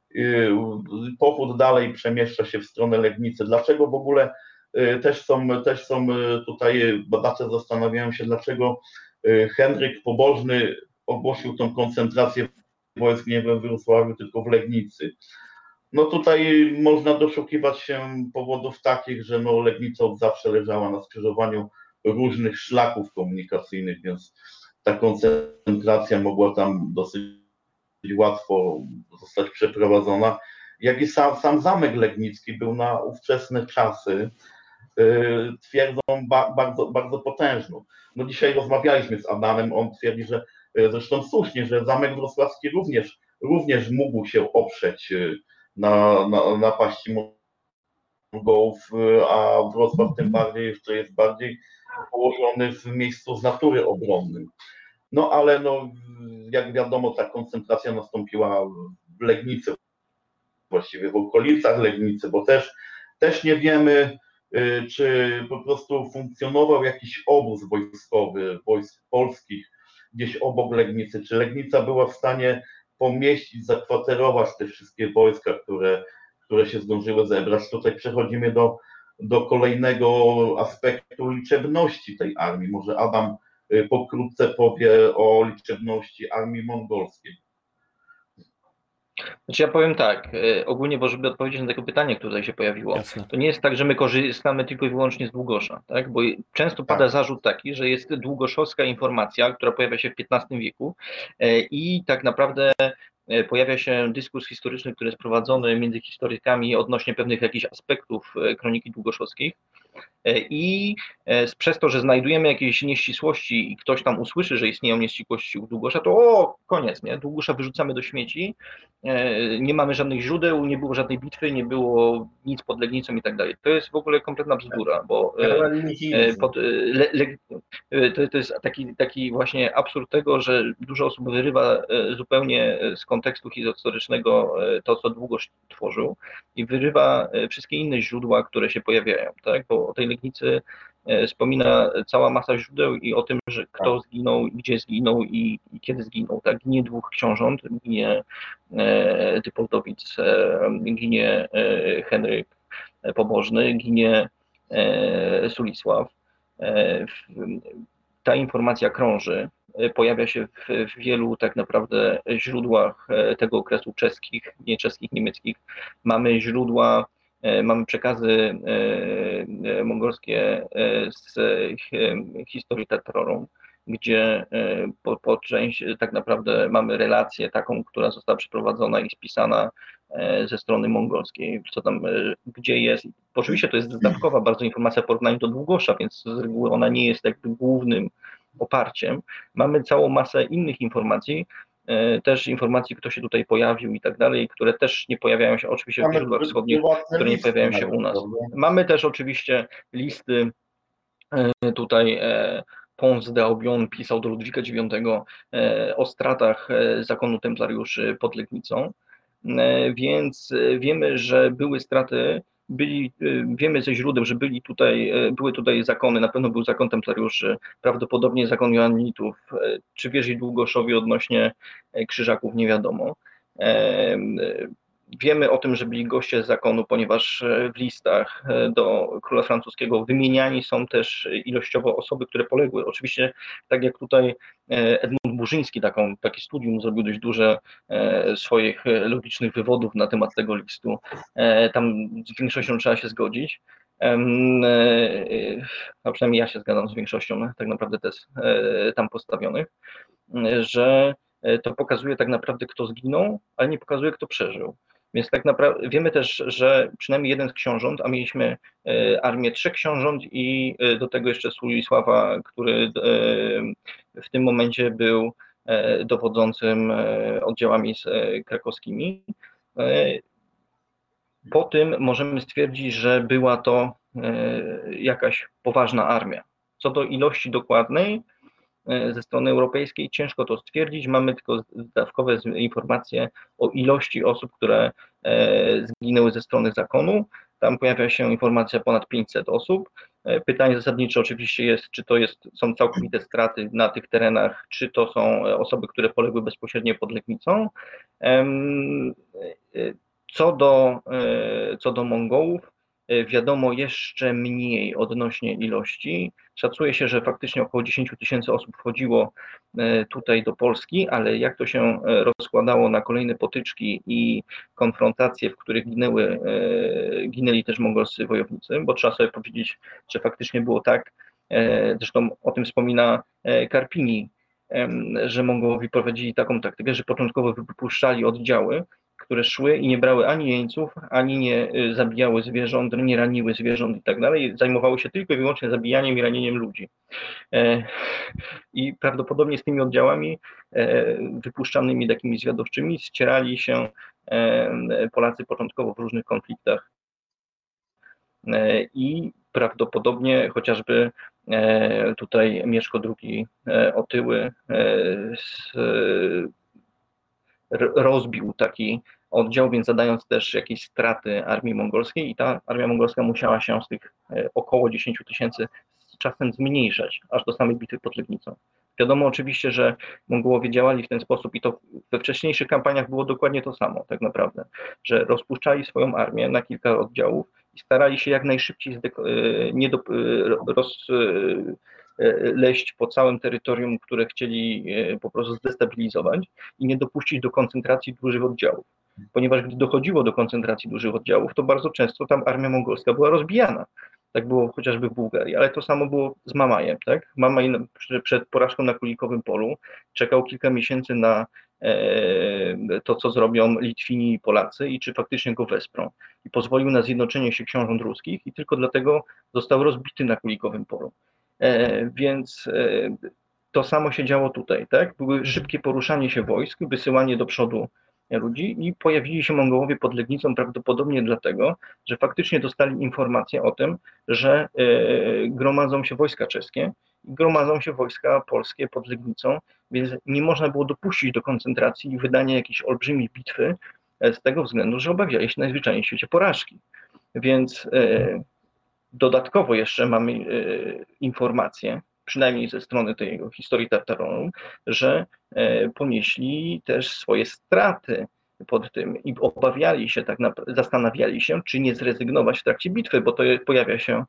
Pochód dalej przemieszcza się w stronę Legnicy. Dlaczego w ogóle też są tutaj badacze zastanawiają się, dlaczego Henryk Pobożny ogłosił tą koncentrację wojsk nie we Wrocławiu, tylko w Legnicy. No tutaj można doszukiwać się powodów takich, że no Legnica od zawsze leżała na skrzyżowaniu różnych szlaków komunikacyjnych, więc ta koncentracja mogła tam dosyć łatwo zostać przeprowadzona. Jak i sam zamek legnicki był na ówczesne czasy, twierdzą, bardzo, bardzo potężną. No dzisiaj rozmawialiśmy z Adamem, on twierdzi, że zresztą słusznie, że zamek wrocławski również mógł się oprzeć na napaści Mongołów, a Wrocław tym bardziej jeszcze jest bardziej położony w miejscu z natury obronnym. No ale no, jak wiadomo, ta koncentracja nastąpiła w Legnicy, właściwie w okolicach Legnicy, bo też nie wiemy, czy po prostu funkcjonował jakiś obóz wojskowy wojsk polskich gdzieś obok Legnicy, czy Legnica była w stanie pomieścić, zakwaterować te wszystkie wojska, które się zdążyły zebrać. Tutaj przechodzimy do kolejnego aspektu liczebności tej armii. Może Adam pokrótce powie o liczebności armii mongolskiej. Znaczy ja powiem tak, ogólnie, bo żeby odpowiedzieć na tego pytania, które tutaj się pojawiło, Jasne. to nie jest tak, że my korzystamy tylko i wyłącznie z Długosza, tak? Bo często pada zarzut taki, że jest długoszowska informacja, która pojawia się w XV wieku i tak naprawdę pojawia się dyskurs historyczny, który jest prowadzony między historykami odnośnie pewnych jakichś aspektów kroniki długoszowskich. I przez to, że znajdujemy jakieś nieścisłości i ktoś tam usłyszy, że istnieją nieścisłości u Długosza, to koniec, nie? Długosza wyrzucamy do śmieci, nie mamy żadnych źródeł, nie było żadnej bitwy, nie było nic pod Legnicą i tak dalej. To jest w ogóle kompletna bzdura, bo to jest taki właśnie absurd tego, że dużo osób wyrywa zupełnie z kontekstu historycznego to, co Długosz tworzył i wyrywa wszystkie inne źródła, które się pojawiają, tak? Bo o tej Legnicy wspomina cała masa źródeł i o tym, że kto zginął, gdzie zginął i kiedy zginął. Tak? Ginie 2 książąt, ginie Typoldowic, ginie Henryk Pobożny, ginie Sulisław. Ta informacja krąży, pojawia się w wielu tak naprawdę źródłach tego okresu czeskich, nie czeskich, niemieckich. Mamy źródła, mamy przekazy mongolskie z historii Tatarą, gdzie po część tak naprawdę mamy relację taką, która została przeprowadzona i spisana ze strony mongolskiej, co tam, gdzie jest. Oczywiście to jest dodatkowa bardzo informacja w porównaniu do Długosza, więc z reguły ona nie jest jakby głównym oparciem. Mamy całą masę innych informacji, też informacji, kto się tutaj pojawił i tak dalej, które też nie pojawiają się oczywiście w źródłach wschodnich, które nie pojawiają się u nas. Mamy też oczywiście listy Tutaj Pons de Aubion pisał do Ludwika IX o stratach zakonu templariuszy pod Legnicą, więc wiemy, że były straty, wiemy ze źródeł, że były tutaj zakony, na pewno był zakon templariuszy, prawdopodobnie zakon joannitów, czy wieży Długoszowi odnośnie krzyżaków nie wiadomo. Wiemy o tym, że byli goście z zakonu, ponieważ w listach do króla francuskiego wymieniani są też ilościowo osoby, które poległy. Oczywiście, tak jak tutaj Edmund Burzyński takie studium zrobił dość duże swoich logicznych wywodów na temat tego listu. Tam z większością trzeba się zgodzić. A przynajmniej ja się zgadzam z większością tak naprawdę tez tam postawionych, że to pokazuje tak naprawdę, kto zginął, ale nie pokazuje, kto przeżył. Więc tak naprawdę wiemy też, że przynajmniej jeden z książąt, a mieliśmy armię 3 książąt i do tego jeszcze Sulisława, który w tym momencie był dowodzącym oddziałami krakowskimi. Po tym możemy stwierdzić, że była to jakaś poważna armia. Co do ilości dokładnej, ze strony europejskiej ciężko to stwierdzić, mamy tylko zdawkowe informacje o ilości osób, które zginęły ze strony zakonu. Tam pojawia się informacja ponad 500 osób. Pytanie zasadnicze oczywiście jest, czy to są całkowite straty na tych terenach, czy to są osoby, które poległy bezpośrednio pod Legnicą. Co do Mongołów, wiadomo jeszcze mniej odnośnie ilości. Szacuje się, że faktycznie około 10 000 osób wchodziło tutaj do Polski, ale jak to się rozkładało na kolejne potyczki i konfrontacje, w których ginęli też mongolscy wojownicy, bo trzeba sobie powiedzieć, że faktycznie było tak, zresztą o tym wspomina Karpini, że Mongołowie prowadzili taką taktykę, że początkowo wypuszczali oddziały, które szły i nie brały ani jeńców, ani nie zabijały zwierząt, nie raniły zwierząt i tak dalej, zajmowały się tylko i wyłącznie zabijaniem i ranieniem ludzi. I prawdopodobnie z tymi oddziałami wypuszczanymi takimi zwiadowczymi ścierali się Polacy początkowo w różnych konfliktach. I prawdopodobnie chociażby tutaj Mieszko II Otyły rozbił taki oddział, więc zadając też jakieś straty armii mongolskiej i ta armia mongolska musiała się z tych około 10 000 z czasem zmniejszać, aż do samej bitwy pod Legnicą. Wiadomo oczywiście, że Mongołowie działali w ten sposób i to we wcześniejszych kampaniach było dokładnie to samo tak naprawdę, że rozpuszczali swoją armię na kilka oddziałów i starali się jak najszybciej leść po całym terytorium, które chcieli po prostu zdestabilizować i nie dopuścić do koncentracji dużych oddziałów. Ponieważ gdy dochodziło do koncentracji dużych oddziałów, to bardzo często tam armia mongolska była rozbijana. Tak było chociażby w Bułgarii, ale to samo było z Mamajem. Tak? Mamaj przed porażką na Kulikowym Polu czekał kilka miesięcy na to, co zrobią Litwini i Polacy i czy faktycznie go wesprą. I pozwolił na zjednoczenie się książąt ruskich i tylko dlatego został rozbity na Kulikowym Polu. Więc to samo się działo tutaj, tak? Były szybkie poruszanie się wojsk, wysyłanie do przodu ludzi i pojawili się Mongołowie pod Legnicą prawdopodobnie dlatego, że faktycznie dostali informację o tym, że gromadzą się wojska czeskie i gromadzą się wojska polskie pod Legnicą, więc nie można było dopuścić do koncentracji i wydania jakiejś olbrzymiej bitwy z tego względu, że obawiali się najzwyczajniej w świecie porażki. Więc dodatkowo jeszcze mamy informację, przynajmniej ze strony tej historii Tartaru, że ponieśli też swoje straty pod tym i obawiali się, zastanawiali się, czy nie zrezygnować w trakcie bitwy, bo to pojawia się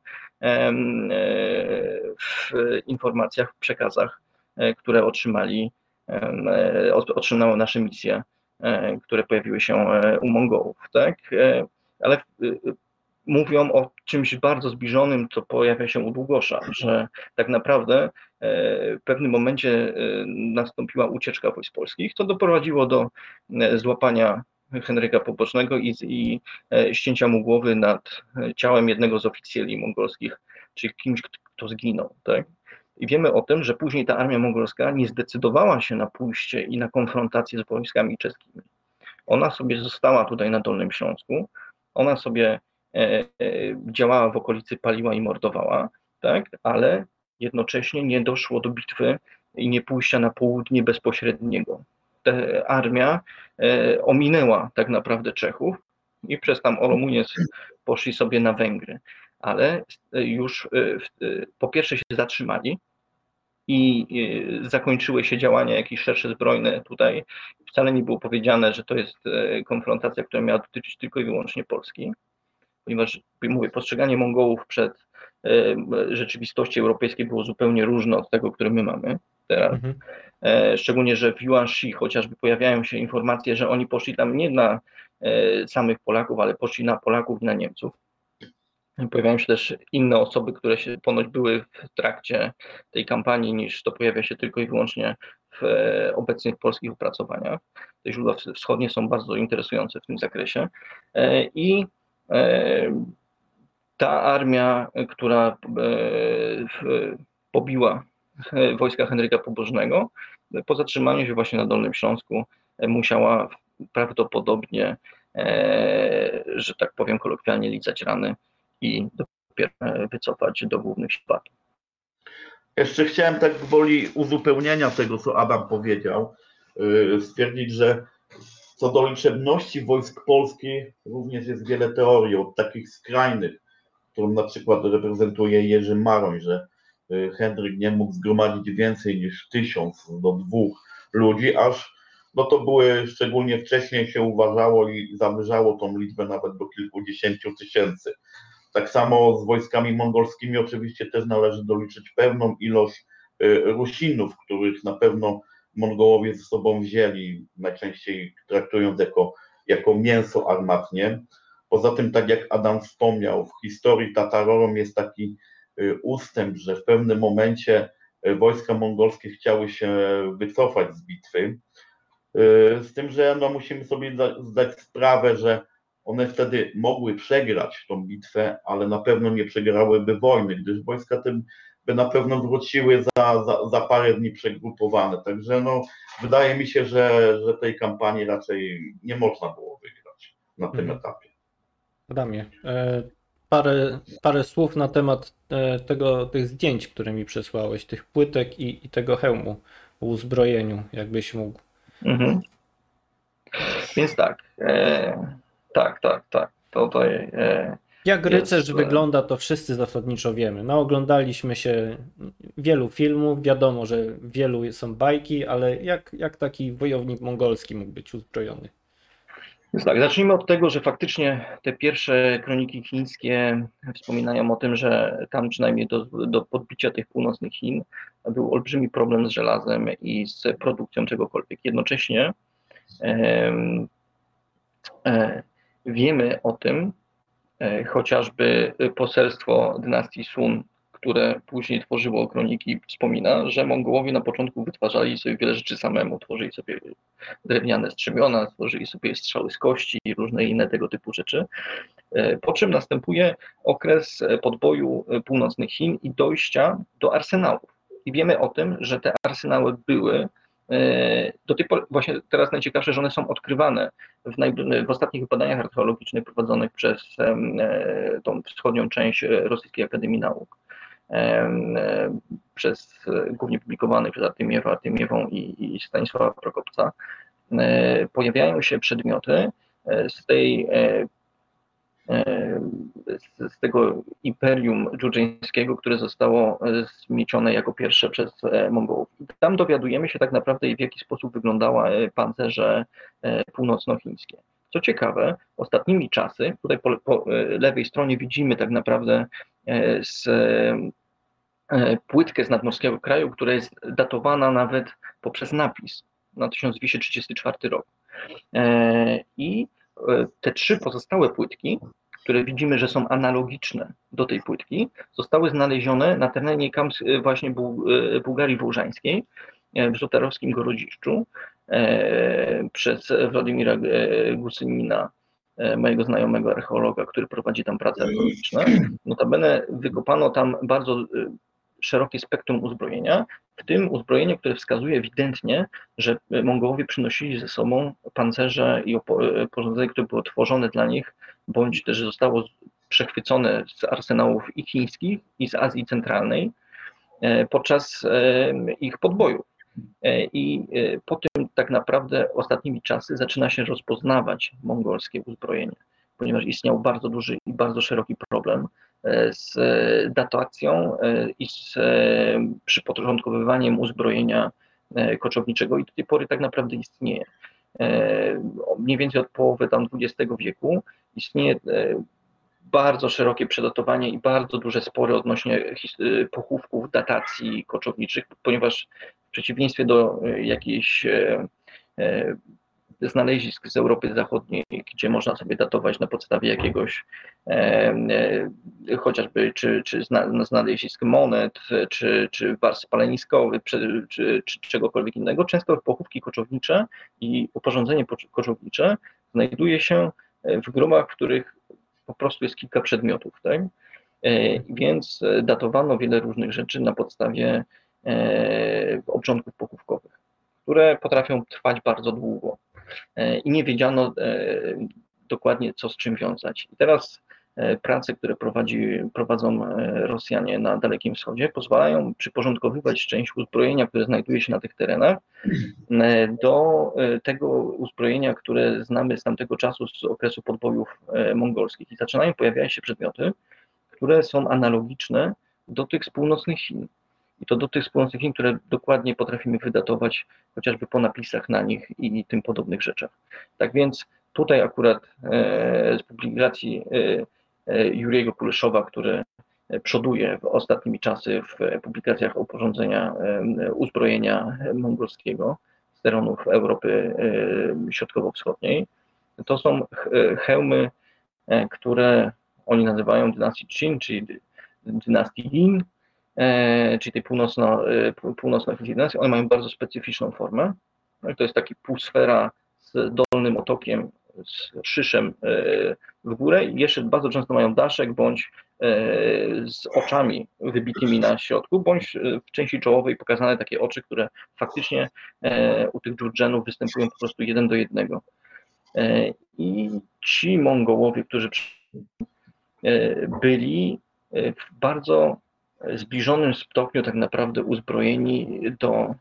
w informacjach, w przekazach, które otrzymały nasze misje, które pojawiły się u Mongołów, tak? Ale mówią o czymś bardzo zbliżonym, co pojawia się u Długosza, że tak naprawdę w pewnym momencie nastąpiła ucieczka wojsk polskich, co doprowadziło do złapania Henryka Pobocznego i ścięcia mu głowy nad ciałem jednego z oficjeli mongolskich, czyli kimś, kto zginął. Tak? I wiemy o tym, że później ta armia mongolska nie zdecydowała się na pójście i na konfrontację z wojskami czeskimi. Ona sobie została tutaj na Dolnym Śląsku, ona sobie działała w okolicy, paliła i mordowała, tak? Ale jednocześnie nie doszło do bitwy i nie pójścia na południe bezpośredniego. Ta armia ominęła tak naprawdę Czechów i przez tam Olomuniec poszli sobie na Węgry, ale już po pierwsze się zatrzymali i zakończyły się działania jakieś szersze zbrojne tutaj. Wcale nie było powiedziane, że to jest konfrontacja, która miała dotyczyć tylko i wyłącznie Polski, ponieważ, mówię, postrzeganie Mongołów przed rzeczywistości europejskiej było zupełnie różne od tego, które my mamy teraz. Szczególnie, że w Yuanxi chociażby pojawiają się informacje, że oni poszli tam nie na samych Polaków, ale poszli na Polaków i na Niemców. Pojawiają się też inne osoby, które się ponoć były w trakcie tej kampanii, niż to pojawia się tylko i wyłącznie w obecnych polskich opracowaniach. Te źródła wschodnie są bardzo interesujące w tym zakresie. I ta armia, która pobiła wojska Henryka Pobożnego, po zatrzymaniu się właśnie na Dolnym Śląsku musiała prawdopodobnie, że tak powiem kolokwialnie, lizać rany i dopiero wycofać do głównych sił. Jeszcze chciałem tak gwoli uzupełnienia tego, co Adam powiedział, stwierdzić, że co do liczebności wojsk polskich również jest wiele teorii, od takich skrajnych, którą na przykład reprezentuje Jerzy Maroń, że Henryk nie mógł zgromadzić więcej niż 1000 do 2 ludzi, aż no to były, szczególnie wcześniej się uważało i zawyżało tą liczbę nawet do kilkudziesięciu tysięcy. Tak samo z wojskami mongolskimi oczywiście też należy doliczyć pewną ilość Rusinów, których na pewno Mongołowie ze sobą wzięli, najczęściej traktując jako mięso armatnie. Poza tym, tak jak Adam wspomniał, w historii Tatarorom jest taki ustęp, że w pewnym momencie wojska mongolskie chciały się wycofać z bitwy, z tym, że no, musimy sobie zdać sprawę, że one wtedy mogły przegrać tą bitwę, ale na pewno nie przegrałyby wojny, gdyż wojska te by na pewno wróciły za parę dni przegrupowane. Także no, wydaje mi się, że tej kampanii raczej nie można było wygrać na tym etapie. Adamie, parę słów na temat tych zdjęć, które mi przesłałeś, tych płytek i tego hełmu o uzbrojeniu, jakbyś mógł. Więc tak, tutaj jak rycerz wygląda, to wszyscy zasadniczo wiemy. No, oglądaliśmy się wielu filmów, wiadomo, że wielu są bajki, ale jak taki wojownik mongolski mógł być uzbrojony? Więc tak, zacznijmy od tego, że faktycznie te pierwsze kroniki chińskie wspominają o tym, że tam przynajmniej do podbicia tych północnych Chin był olbrzymi problem z żelazem i z produkcją czegokolwiek. Jednocześnie wiemy o tym, chociażby poselstwo dynastii Sun, które później tworzyło kroniki, wspomina, że Mongołowie na początku wytwarzali sobie wiele rzeczy samemu, tworzyli sobie drewniane strzemiona, tworzyli sobie strzały z kości i różne inne tego typu rzeczy, po czym następuje okres podboju północnych Chin i dojścia do arsenałów. I wiemy o tym, że te arsenały były do tej pory, właśnie teraz najciekawsze, że one są odkrywane w ostatnich badaniach archeologicznych prowadzonych przez tą wschodnią część Rosyjskiej Akademii Nauk, głównie publikowanych przez Artymiewą i Stanisława Prokopca. Pojawiają się przedmioty z tego imperium dżudżeńskiego, które zostało zmiecione jako pierwsze przez Mongołów. I tam dowiadujemy się tak naprawdę, w jaki sposób wyglądały pancerze północnochińskie. Co ciekawe, ostatnimi czasy, tutaj po lewej stronie widzimy tak naprawdę płytkę z nadmorskiego kraju, która jest datowana nawet poprzez napis na 1234 rok. I te 3 pozostałe płytki, które widzimy, że są analogiczne do tej płytki, zostały znalezione na terenie właśnie Bułgarii Wołżańskiej, w Żołtarowskim Gorodziszczu, przez Władimira Gusynina, mojego znajomego archeologa, który prowadzi tam prace archeologiczne. Notabene wykopano tam bardzo szerokie spektrum uzbrojenia, w tym uzbrojenie, które wskazuje ewidentnie, że Mongołowie przynosili ze sobą pancerze i porządzenie, które było tworzone dla nich, bądź też zostało przechwycone z arsenałów i chińskich, i z Azji Centralnej podczas ich podbojów. I po tym tak naprawdę ostatnimi czasy zaczyna się rozpoznawać mongolskie uzbrojenie, ponieważ istniał bardzo duży i bardzo szeroki problem z datacją i z przyporządkowywaniem uzbrojenia koczowniczego i do tej pory tak naprawdę istnieje. Mniej więcej od połowy tam XX wieku istnieje bardzo szerokie przedatowanie i bardzo duże spory odnośnie pochówków, datacji koczowniczych, ponieważ w przeciwieństwie do jakichś znalezisk z Europy Zachodniej, gdzie można sobie datować na podstawie jakiegoś chociażby czy znalezisk monet, czy warstw spaleniskowych, czy czegokolwiek innego, często pochówki koczownicze i oporządzenie koczownicze znajduje się w grobach, w których po prostu jest kilka przedmiotów, tak? Więc datowano wiele różnych rzeczy na podstawie obrządków pochówkowych, które potrafią trwać bardzo długo i nie wiedziano dokładnie, co z czym wiązać. I teraz prace, które prowadzą Rosjanie na Dalekim Wschodzie, pozwalają przyporządkowywać część uzbrojenia, które znajduje się na tych terenach, do tego uzbrojenia, które znamy z tamtego czasu, z okresu podbojów mongolskich. I zaczynają pojawiać się przedmioty, które są analogiczne do tych z północnych Chin. I to do tych z północnych Chin, które dokładnie potrafimy wydatować chociażby po napisach na nich i tym podobnych rzeczach. Tak więc tutaj akurat z publikacji Juriego Kuleszowa, który przoduje w ostatnimi czasy w publikacjach oporządzenia uzbrojenia mongolskiego z terenów Europy Środkowo-Wschodniej. To są hełmy, które oni nazywają dynastii Qin, czyli dynastii Yin, czyli tej północno-chińskiej dynastii. One mają bardzo specyficzną formę. To jest taki półsfera z dolnym otokiem, z szyszem w górę i jeszcze bardzo często mają daszek bądź z oczami wybitymi na środku, bądź w części czołowej pokazane takie oczy, które faktycznie u tych dżurdżenów występują po prostu 1:1. I ci Mongołowie, którzy byli w bardzo zbliżonym stopniu tak naprawdę uzbrojeni do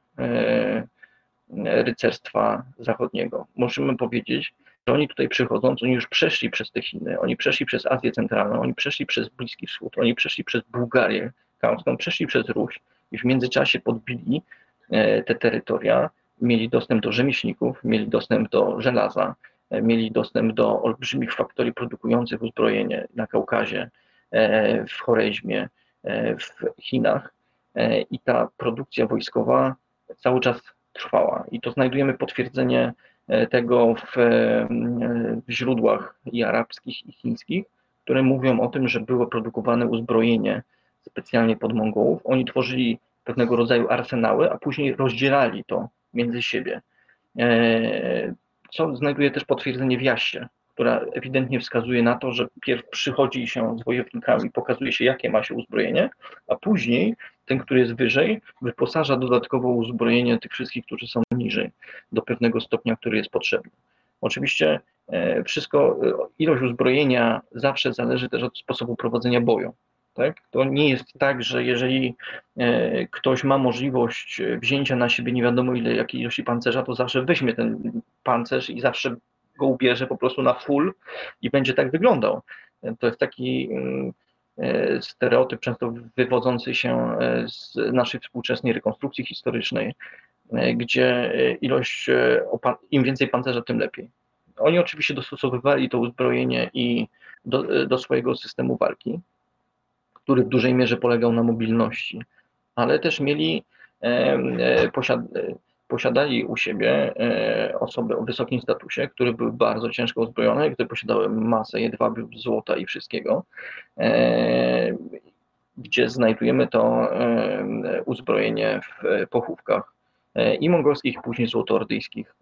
rycerstwa zachodniego. Możemy powiedzieć, że oni tutaj przychodząc, oni już przeszli przez te Chiny, oni przeszli przez Azję Centralną, oni przeszli przez Bliski Wschód, oni przeszli przez Bułgarię Kauską, przeszli przez Ruś i w międzyczasie podbili te terytoria, mieli dostęp do rzemieślników, mieli dostęp do żelaza, mieli dostęp do olbrzymich faktorii produkujących uzbrojenie na Kaukazie, w Choreźmie, w Chinach i ta produkcja wojskowa cały czas trwała. I to znajdujemy potwierdzenie tego w źródłach i arabskich, i chińskich, które mówią o tym, że było produkowane uzbrojenie specjalnie pod Mongołów. Oni tworzyli pewnego rodzaju arsenały, a później rozdzielali to między siebie. Co znajduje też potwierdzenie w Jasie, która ewidentnie wskazuje na to, że pierw przychodzi się z wojownikami, pokazuje się, jakie ma się uzbrojenie, a później ten, który jest wyżej, wyposaża dodatkowo uzbrojenie tych wszystkich, którzy są niżej, do pewnego stopnia, który jest potrzebny. Oczywiście ilość uzbrojenia zawsze zależy też od sposobu prowadzenia boju. Tak? To nie jest tak, że jeżeli ktoś ma możliwość wzięcia na siebie nie wiadomo ile jakiej ilości pancerza, to zawsze weźmie ten pancerz i zawsze go ubierze po prostu na full i będzie tak wyglądał. To jest taki stereotyp często wywodzący się z naszej współczesnej rekonstrukcji historycznej, gdzie im więcej pancerza, tym lepiej. Oni oczywiście dostosowywali to uzbrojenie i do swojego systemu walki, który w dużej mierze polegał na mobilności, ale też posiadali u siebie osoby o wysokim statusie, które były bardzo ciężko uzbrojone, które posiadały masę jedwabiu, złota i wszystkiego, gdzie znajdujemy to uzbrojenie w pochówkach i mongolskich, i później złotoordyjskich,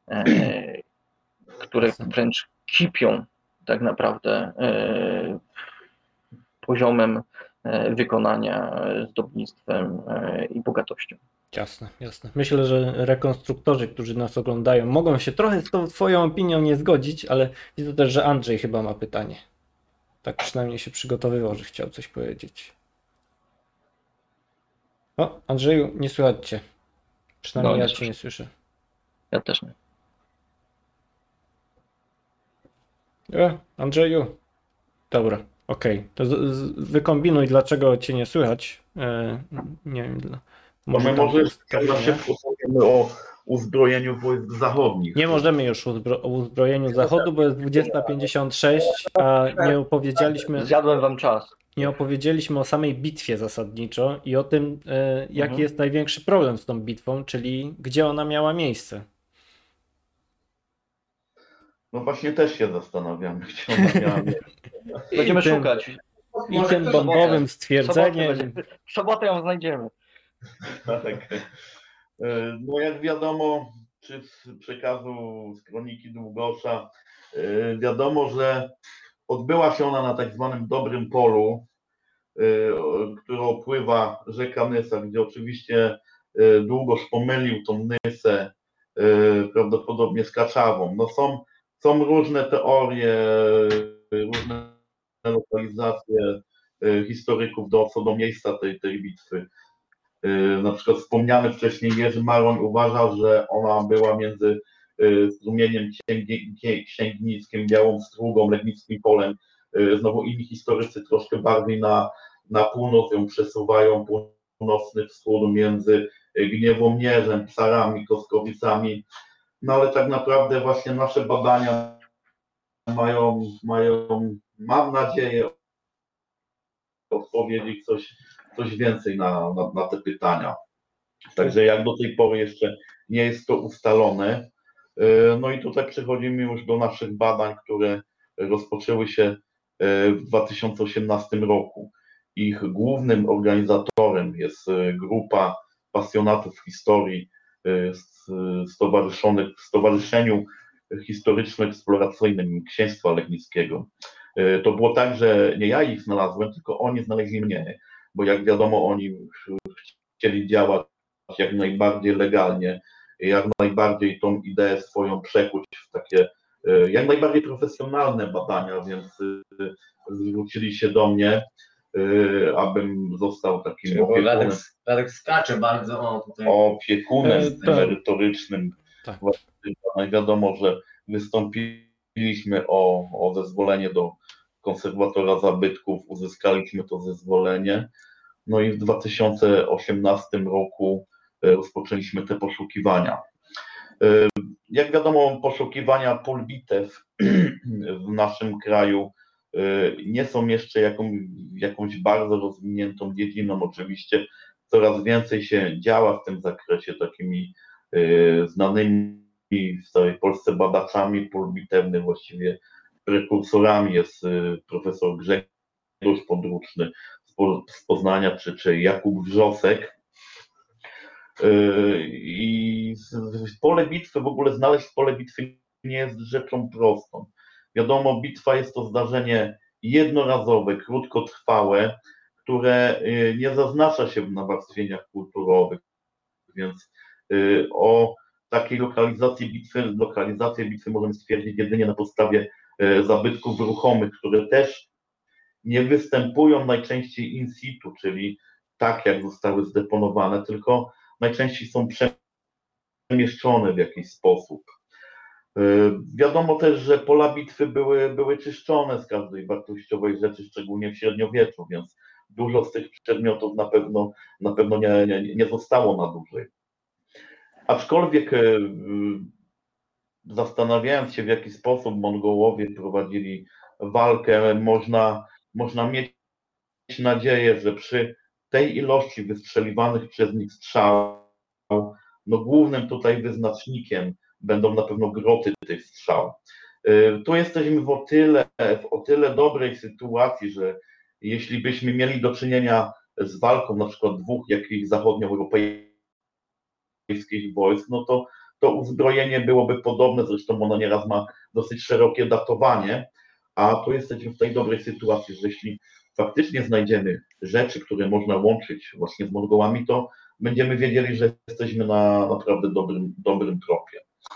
które wręcz kipią tak naprawdę poziomem wykonania, zdobnictwem i bogatością. Jasne, jasne. Myślę, że rekonstruktorzy, którzy nas oglądają, mogą się trochę z tą twoją opinią nie zgodzić, ale widzę też, że Andrzej chyba ma pytanie. Tak przynajmniej się przygotowywał, że chciał coś powiedzieć. O, Andrzeju, nie słychać cię. Przynajmniej No, ja nie cię słyszę. nie słyszę. Ja też nie. Andrzeju. Dobra, okej. To wykombinuj, dlaczego cię nie słychać. Nie wiem, To może my tam może jeszcze na ustawienia. szybko powiemy o uzbrojeniu wojsk zachodnich. Nie możemy już o uzbrojeniu Zachodu, bo jest 20:56, a Zjadłem wam czas. nie opowiedzieliśmy o samej bitwie zasadniczo i o tym, jaki jest największy problem z tą bitwą, czyli gdzie ona miała miejsce. No właśnie też się zastanawiam, gdzie ona miała miejsce. Będziemy I tym, szukać. I tym bombowym stwierdzeniem. W sobotę ją znajdziemy. Tak. No jak wiadomo, czy z przekazu z Kroniki Długosza, wiadomo, że odbyła się ona na tak zwanym Dobrym Polu, które opływa rzeka Nysa, gdzie oczywiście Długosz pomylił tą Nysę prawdopodobnie z Kaczawą. No są różne teorie, różne lokalizacje historyków co do miejsca tej bitwy. Na przykład wspomniany wcześniej Jerzy Maroń uważa, że ona była między strumieniem Księgnickim, Białą Strugą, Legnickim Polem. Znowu inni historycy troszkę bardziej na północ ją przesuwają, północny wschód między Gniewomierzem, Psarami, Koskowicami. No ale tak naprawdę właśnie nasze badania mają, mam nadzieję, odpowiedzieć coś więcej na te pytania. Także jak do tej pory jeszcze nie jest to ustalone. No i tutaj przechodzimy już do naszych badań, które rozpoczęły się w 2018 roku. Ich głównym organizatorem jest grupa pasjonatów historii stowarzyszonych w Stowarzyszeniu Historyczno-Eksploracyjnym Księstwa Legnickiego. To było tak, że nie ja ich znalazłem, tylko oni znaleźli mnie, bo jak wiadomo, oni chcieli działać jak najbardziej legalnie, jak najbardziej tą ideę swoją przekuć w takie jak najbardziej profesjonalne badania, więc zwrócili się do mnie, abym został takim opiekunem. Radek skacze bardzo tutaj. Opiekunem Tak. merytorycznym. Tak. Wiadomo, że wystąpiliśmy o zezwolenie do konserwatora zabytków, uzyskaliśmy to zezwolenie. No i w 2018 roku rozpoczęliśmy te poszukiwania. Jak wiadomo, poszukiwania pól bitew w naszym kraju nie są jeszcze jakąś bardzo rozwiniętą dziedziną. Oczywiście coraz więcej się działa w tym zakresie, takimi znanymi w całej Polsce badaczami pól bitewnych, właściwie prekursorami jest profesor Grzegorz Podruczny z Poznania, czy Jakub Wrzosek. I pole bitwy, w ogóle znaleźć pole bitwy nie jest rzeczą prostą. Wiadomo, bitwa jest to zdarzenie jednorazowe, krótkotrwałe, które nie zaznacza się w nawarstwieniach kulturowych, więc o takiej lokalizację bitwy możemy stwierdzić jedynie na podstawie zabytków ruchomych, które też nie występują najczęściej in situ, czyli tak jak zostały zdeponowane, tylko najczęściej są przemieszczone w jakiś sposób. Wiadomo też, że pola bitwy były czyszczone z każdej wartościowej rzeczy, szczególnie w średniowieczu, więc dużo z tych przedmiotów na pewno nie zostało na dłużej. Aczkolwiek zastanawiając się, w jaki sposób Mongołowie prowadzili walkę, można mieć nadzieję, że przy tej ilości wystrzeliwanych przez nich strzał, no głównym tutaj wyznacznikiem będą na pewno groty tych strzał. Tu jesteśmy w o tyle dobrej sytuacji, że jeśli byśmy mieli do czynienia z walką na przykład dwóch jakichś zachodnioeuropejskich wojsk, no to uzbrojenie byłoby podobne, zresztą ono nieraz ma dosyć szerokie datowanie, a tu jesteśmy w tej dobrej sytuacji, że jeśli faktycznie znajdziemy rzeczy, które można łączyć właśnie z Mongołami, to będziemy wiedzieli, że jesteśmy na naprawdę dobrym tropie.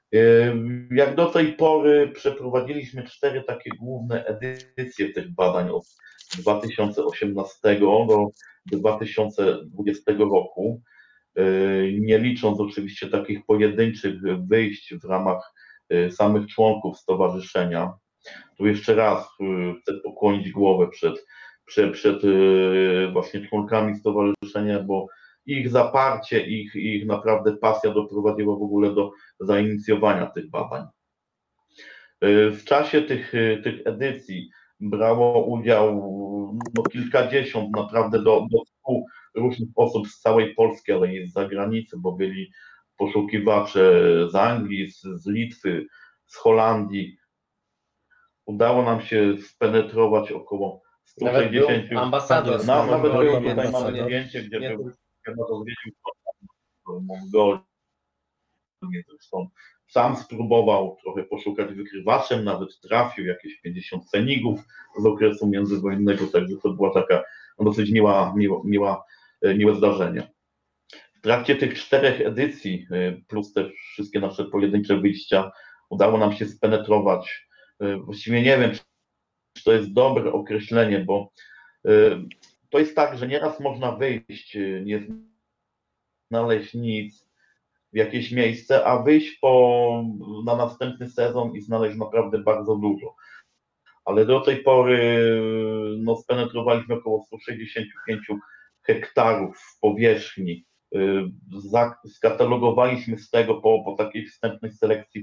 Jak do tej pory przeprowadziliśmy 4 takie główne edycje tych badań od 2018 do 2020 roku, nie licząc oczywiście takich pojedynczych wyjść w ramach samych członków stowarzyszenia. Tu jeszcze raz chcę pokłonić głowę przed właśnie członkami stowarzyszenia, bo ich zaparcie, ich naprawdę pasja doprowadziła w ogóle do zainicjowania tych badań. W czasie tych edycji brało udział no, kilkadziesiąt, naprawdę do 100 różnych osób z całej Polski, ale i z zagranicy, bo byli poszukiwacze z Anglii, z Litwy, z Holandii. Udało nam się spenetrować około Nawet był 160. ambasador. Nawet był był pan tutaj, mamy ambasador. zdjęcie, gdzie Nie, był, chyba to zwiedził Mongolię. Zresztą sam spróbował trochę poszukać wykrywaczem, nawet trafił jakieś 50 cenigów z okresu międzywojennego, także to była taka no, dosyć miłe zdarzenie. W trakcie tych 4 edycji, plus te wszystkie nasze pojedyncze wyjścia, udało nam się spenetrować. Właściwie nie wiem, czy to jest dobre określenie, bo to jest tak, że nieraz można wyjść, nie znaleźć nic w jakieś miejsce, a wyjść na następny sezon i znaleźć naprawdę bardzo dużo. Ale do tej pory no, spenetrowaliśmy około 165 hektarów powierzchni. Skatalogowaliśmy z tego po takiej wstępnej selekcji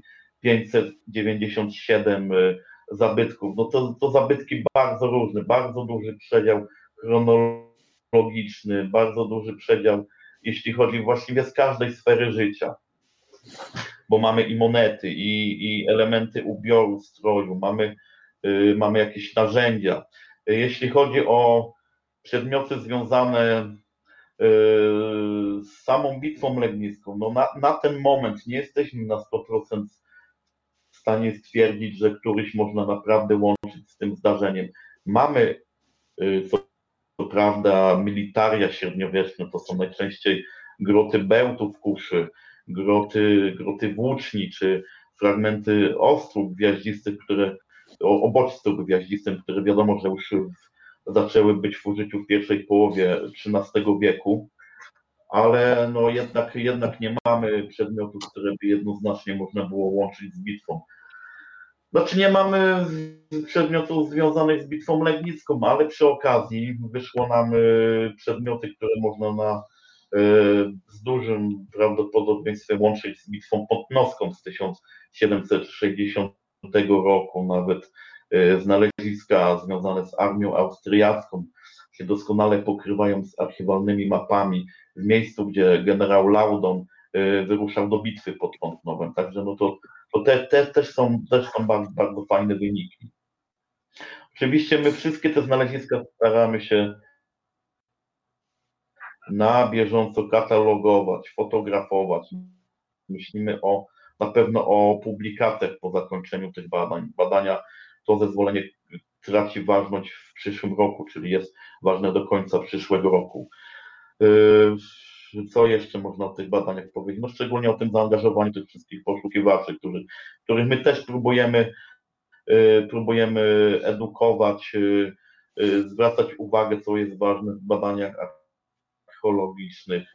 597 zabytków. No to zabytki bardzo różne, bardzo duży przedział chronologiczny, bardzo duży przedział, jeśli chodzi właściwie z każdej sfery życia. Bo mamy i monety, i elementy ubioru, stroju, mamy jakieś narzędzia. Jeśli chodzi o przedmioty związane z samą bitwą legnicką, no na ten moment nie jesteśmy na 100% w stanie stwierdzić, że któryś można naprawdę łączyć z tym zdarzeniem. Mamy, co prawda, militaria średniowieczne, to są najczęściej groty bełtów kuszy, groty włóczni, czy fragmenty ostróg gwiaździstych, obodźców gwiaździstych, które wiadomo, że już zaczęły być w użyciu w pierwszej połowie XIII wieku, ale no jednak nie mamy przedmiotów, które by jednoznacznie można było łączyć z bitwą. Znaczy nie mamy przedmiotów związanych z bitwą legnicką, ale przy okazji wyszło nam przedmioty, które można z dużym prawdopodobieństwem łączyć z bitwą podnoską z 1760 roku, nawet znaleziska związane z armią austriacką się doskonale pokrywają z archiwalnymi mapami w miejscu, gdzie generał Laudon wyruszał do bitwy pod Pątnowem. Także no to też są bardzo fajne wyniki. Oczywiście my wszystkie te znaleziska staramy się na bieżąco katalogować, fotografować. Myślimy na pewno o publikacjach po zakończeniu tych badań. To zezwolenie traci ważność w przyszłym roku, czyli jest ważne do końca przyszłego roku. Co jeszcze można o tych badaniach powiedzieć? No szczególnie o tym zaangażowaniu tych wszystkich poszukiwaczy, których my też próbujemy edukować, zwracać uwagę, co jest ważne w badaniach archeologicznych.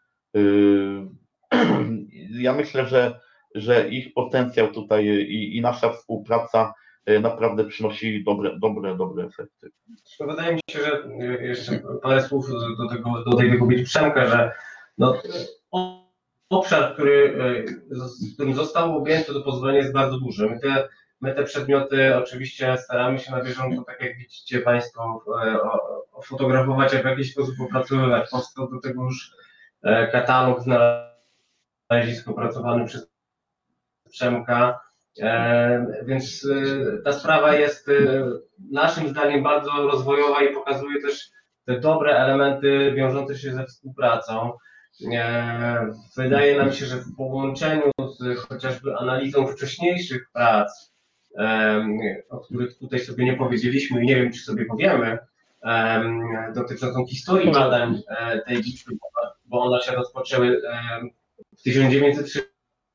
Ja myślę, że ich potencjał tutaj i nasza współpraca naprawdę przynosi dobre efekty. Wydaje mi się, że jeszcze parę słów do tej wypowiedzi Przemka, że no, obszar, z którym zostało objęte to pozwolenie, jest bardzo duży. My te przedmioty oczywiście staramy się na bieżąco, tak jak widzicie Państwo, fotografować, a w jakiś sposób opracowywać. Powstał do tego już katalog znalezisk opracowany przez Przemka, więc ta sprawa jest naszym zdaniem bardzo rozwojowa i pokazuje też te dobre elementy wiążące się ze współpracą. Wydaje nam się, że w połączeniu z chociażby analizą wcześniejszych prac, o których tutaj sobie nie powiedzieliśmy i nie wiem, czy sobie powiemy, dotyczącą historii badań tej bitwy, bo one się rozpoczęły w 1930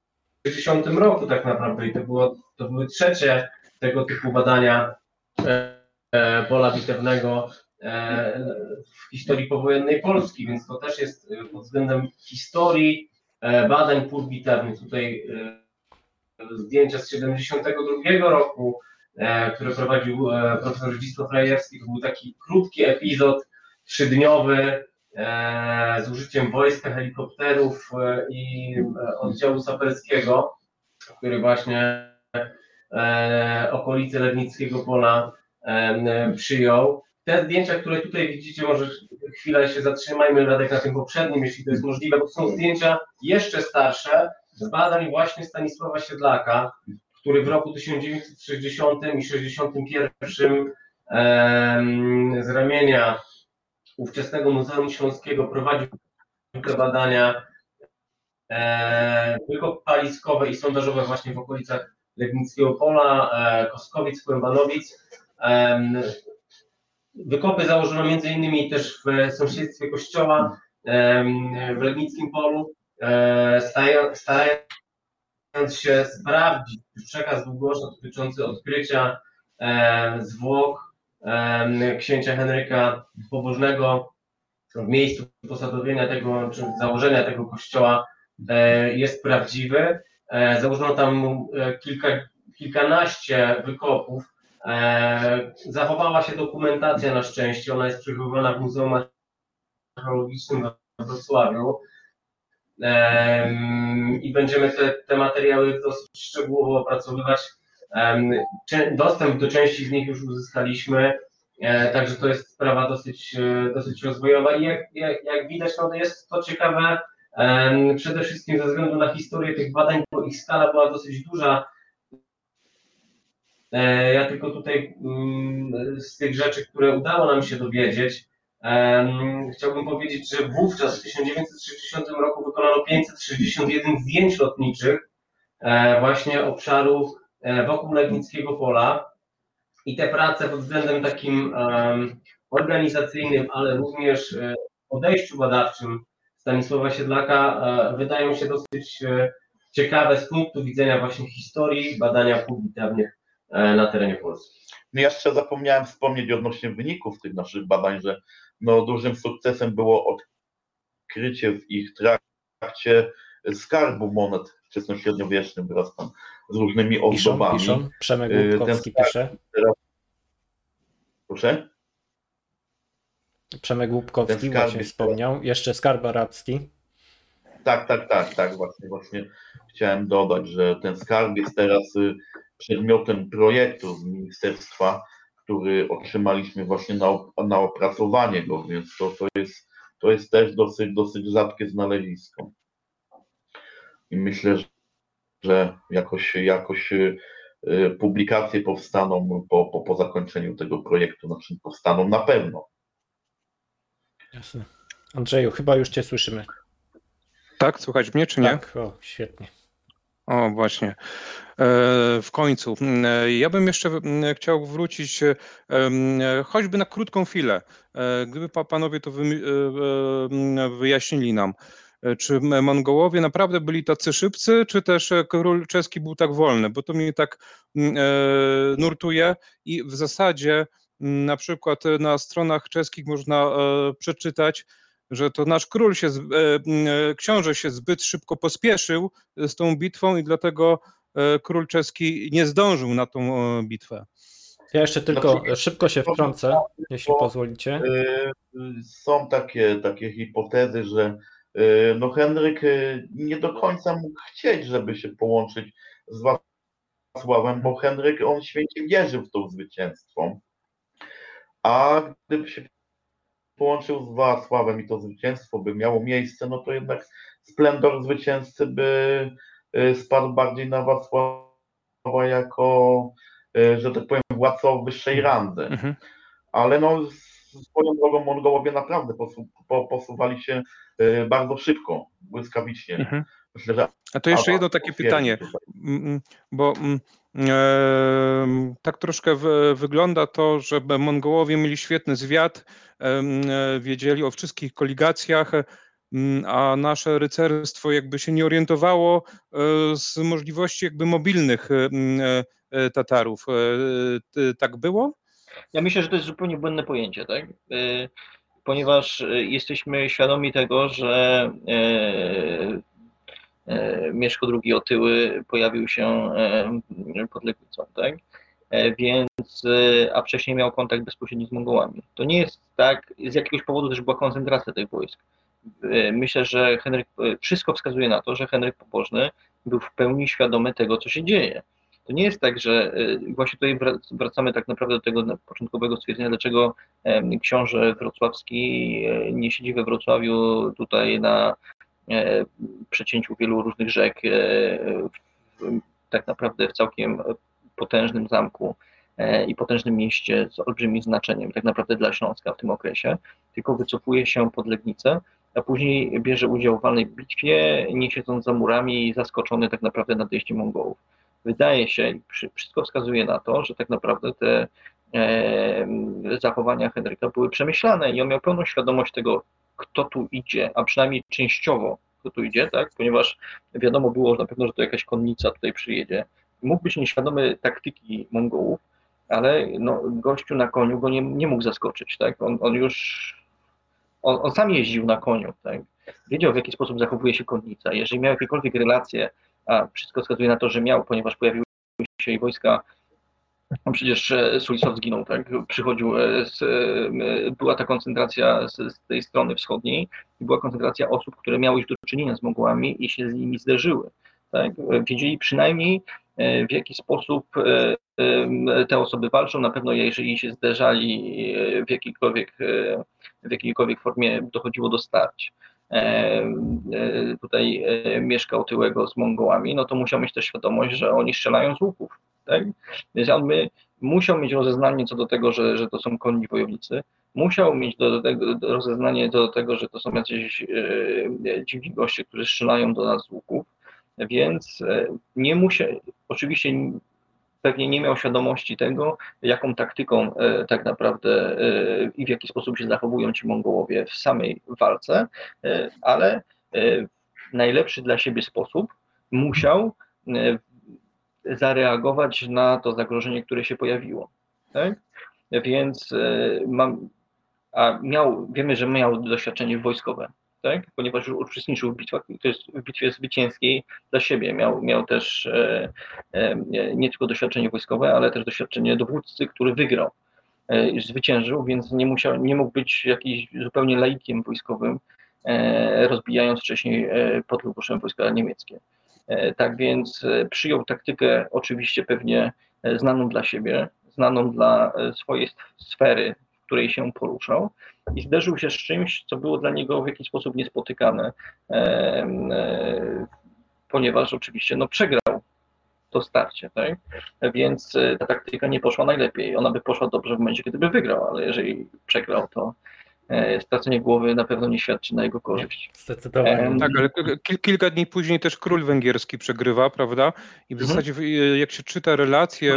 1960 roku tak naprawdę i to były trzecie tego typu badania pola bitewnego w historii powojennej Polski, więc to też jest pod względem historii badań pól bitewnych. Tutaj zdjęcia z 1972 roku, które prowadził profesor Zdzisław Rajewski. To był taki krótki epizod, 3-dniowy, z użyciem wojska, helikopterów i oddziału saperskiego, który właśnie okolice Legnickiego Pola przyjął. Te zdjęcia, które tutaj widzicie, może chwilę się zatrzymajmy, Radek, na tym poprzednim, jeśli to jest możliwe, bo to są zdjęcia jeszcze starsze z badań właśnie Stanisława Siedlaka, który w roku 1960 i 1961 z ramienia ówczesnego Muzeum Śląskiego prowadził te badania wykopaliskowe i sondażowe właśnie w okolicach Legnickiego Pola, Koskowic, Kłębanowic. Wykopy założono między innymi też w sąsiedztwie kościoła w Legnickim Polu, starając się sprawdzić przekaz Długosza dotyczący odkrycia zwłok księcia Henryka Pobożnego w miejscu posadowienia tego, czy założenia tego kościoła jest prawdziwy. Założono tam kilkanaście wykopów. Zachowała się dokumentacja na szczęście, ona jest przechowywana w Muzeum Archeologicznym we Wrocławiu i będziemy te materiały dosyć szczegółowo opracowywać. Dostęp do części z nich już uzyskaliśmy, także to jest sprawa dosyć rozwojowa i jak widać, no jest to ciekawe przede wszystkim ze względu na historię tych badań, bo ich skala była dosyć duża. Ja tylko tutaj z tych rzeczy, które udało nam się dowiedzieć, chciałbym powiedzieć, że wówczas w 1960 roku wykonano 561 zdjęć lotniczych właśnie obszaru wokół Legnickiego Pola i te prace pod względem takim organizacyjnym, ale również podejściu badawczym Stanisława Siedlaka wydają się dosyć ciekawe z punktu widzenia właśnie historii badania pól bitewnych na terenie Polski. No jeszcze zapomniałem wspomnieć odnośnie wyników tych naszych badań, że no, dużym sukcesem było odkrycie w ich trakcie skarbu monet wczesnośredniowiecznych wraz tam z różnymi ozdobami. Piszą. Przemek Łupkowski pisze. Proszę? Przemek Łupkowski właśnie wspomniał. Jeszcze skarb arabski. Tak. Właśnie chciałem dodać, że ten skarb jest teraz przedmiotem projektu z ministerstwa, który otrzymaliśmy właśnie na opracowanie go, więc to jest też dosyć rzadkie znalezisko. I myślę, że jakoś publikacje powstaną po zakończeniu tego projektu, znaczy powstaną na pewno. Jasne. Andrzeju, chyba już Cię słyszymy. Tak, słychać mnie, czy nie? Tak, o, świetnie. O, właśnie. W końcu. Ja bym jeszcze chciał wrócić choćby na krótką chwilę. Gdyby panowie to wyjaśnili nam. Czy Mongołowie naprawdę byli tacy szybcy, czy też król czeski był tak wolny? Bo to mnie tak nurtuje i w zasadzie na przykład na stronach czeskich można przeczytać, że to nasz król książę się zbyt szybko pospieszył z tą bitwą i dlatego król czeski nie zdążył na tą bitwę. Ja jeszcze tylko szybko się wtrącę, jeśli pozwolicie. Są takie hipotezy, że no Henryk nie do końca mógł chcieć, żeby się połączyć z Wacławem, bo Henryk, on święcie wierzył w to zwycięstwo. A gdyby się połączył z Wacławem i to zwycięstwo by miało miejsce, no to jednak splendor zwycięzcy by spadł bardziej na Wacława jako, że tak powiem, władca wyższej randy. Ale no swoją drogą Mongołowie naprawdę posuwali się bardzo szybko, błyskawicznie. Myślę, że a to jeszcze jedno takie pytanie, bo tak troszkę wygląda to, że Mongołowie mieli świetny zwiad, wiedzieli o wszystkich koligacjach, a nasze rycerstwo jakby się nie orientowało z możliwości jakby mobilnych Tatarów. Tak było? Ja myślę, że to jest zupełnie błędne pojęcie, tak? Ponieważ jesteśmy świadomi tego, że Mieszko II Otyły pojawił się pod Legnicą, tak? Więc, a wcześniej miał kontakt bezpośredni z Mongołami. To nie jest tak, z jakiegoś powodu też była koncentracja tych wojsk. Myślę, że wszystko wskazuje na to, że Henryk Pobożny był w pełni świadomy tego, co się dzieje. To nie jest tak, że właśnie tutaj wracamy tak naprawdę do tego początkowego stwierdzenia, dlaczego książę wrocławski nie siedzi we Wrocławiu tutaj na przecięciu wielu różnych rzek, tak naprawdę w całkiem potężnym zamku i potężnym mieście z olbrzymim znaczeniem tak naprawdę dla Śląska w tym okresie, tylko wycofuje się pod Legnicę, a później bierze udział w walnej bitwie, nie siedząc za murami i zaskoczony tak naprawdę nadejściem Mongołów. Wydaje się, wszystko wskazuje na to, że tak naprawdę te zachowania Henryka były przemyślane i on miał pełną świadomość tego, kto tu idzie, a przynajmniej częściowo kto tu idzie, tak? Ponieważ wiadomo było na pewno, że to jakaś konnica tutaj przyjedzie. Mógł być nieświadomy taktyki Mongołów, ale no, gościu na koniu go nie mógł zaskoczyć, tak? On sam jeździł na koniu, tak? Wiedział, w jaki sposób zachowuje się konnica. Jeżeli miał jakiekolwiek relacje, a wszystko wskazuje na to, że miał, ponieważ pojawiły się i wojska, no przecież Sulisław zginął, tak? Przychodził, była ta koncentracja z tej strony wschodniej i była koncentracja osób, które miały już do czynienia z Mongołami i się z nimi zderzyły, tak? Wiedzieli przynajmniej, w jaki sposób te osoby walczą. Na pewno jeżeli się zderzali w jakiejkolwiek formie dochodziło do starć. Tutaj mieszkał Tyłego z Mongołami, no to musiał mieć też świadomość, że oni strzelają z łuków, tak? Więc on musiał mieć rozeznanie co do tego, że to są konni wojownicy, musiał mieć rozeznanie co do tego, że to są jacyś dziwni goście, którzy strzelają do nas z łuków, więc nie musiał, oczywiście pewnie nie miał świadomości tego, jaką taktyką tak naprawdę i w jaki sposób się zachowują ci Mongołowie w samej walce, ale w najlepszy dla siebie sposób musiał zareagować na to zagrożenie, które się pojawiło. Tak? Więc wiemy, że miał doświadczenie wojskowe, tak? Ponieważ już uczestniczył w bitwach, to jest w bitwie zwycięskiej dla siebie. Miał też nie tylko doświadczenie wojskowe, ale też doświadczenie dowódcy, który wygrał, zwyciężył, więc nie mógł być jakiś zupełnie laikiem wojskowym, rozbijając wcześniej pod Lubuszem wojska niemieckie. Tak więc przyjął taktykę oczywiście pewnie znaną dla siebie, znaną dla swojej sfery, w której się poruszał i zderzył się z czymś, co było dla niego w jakiś sposób niespotykane, ponieważ oczywiście przegrał to starcie, tak? Więc ta taktyka nie poszła najlepiej. Ona by poszła dobrze w momencie, kiedy by wygrał, ale jeżeli przegrał, to stracenie głowy na pewno nie świadczy na jego korzyść. Zdecydowanie. Tak, ale kilka dni później też król węgierski przegrywa, prawda? I w zasadzie jak się czyta relacje,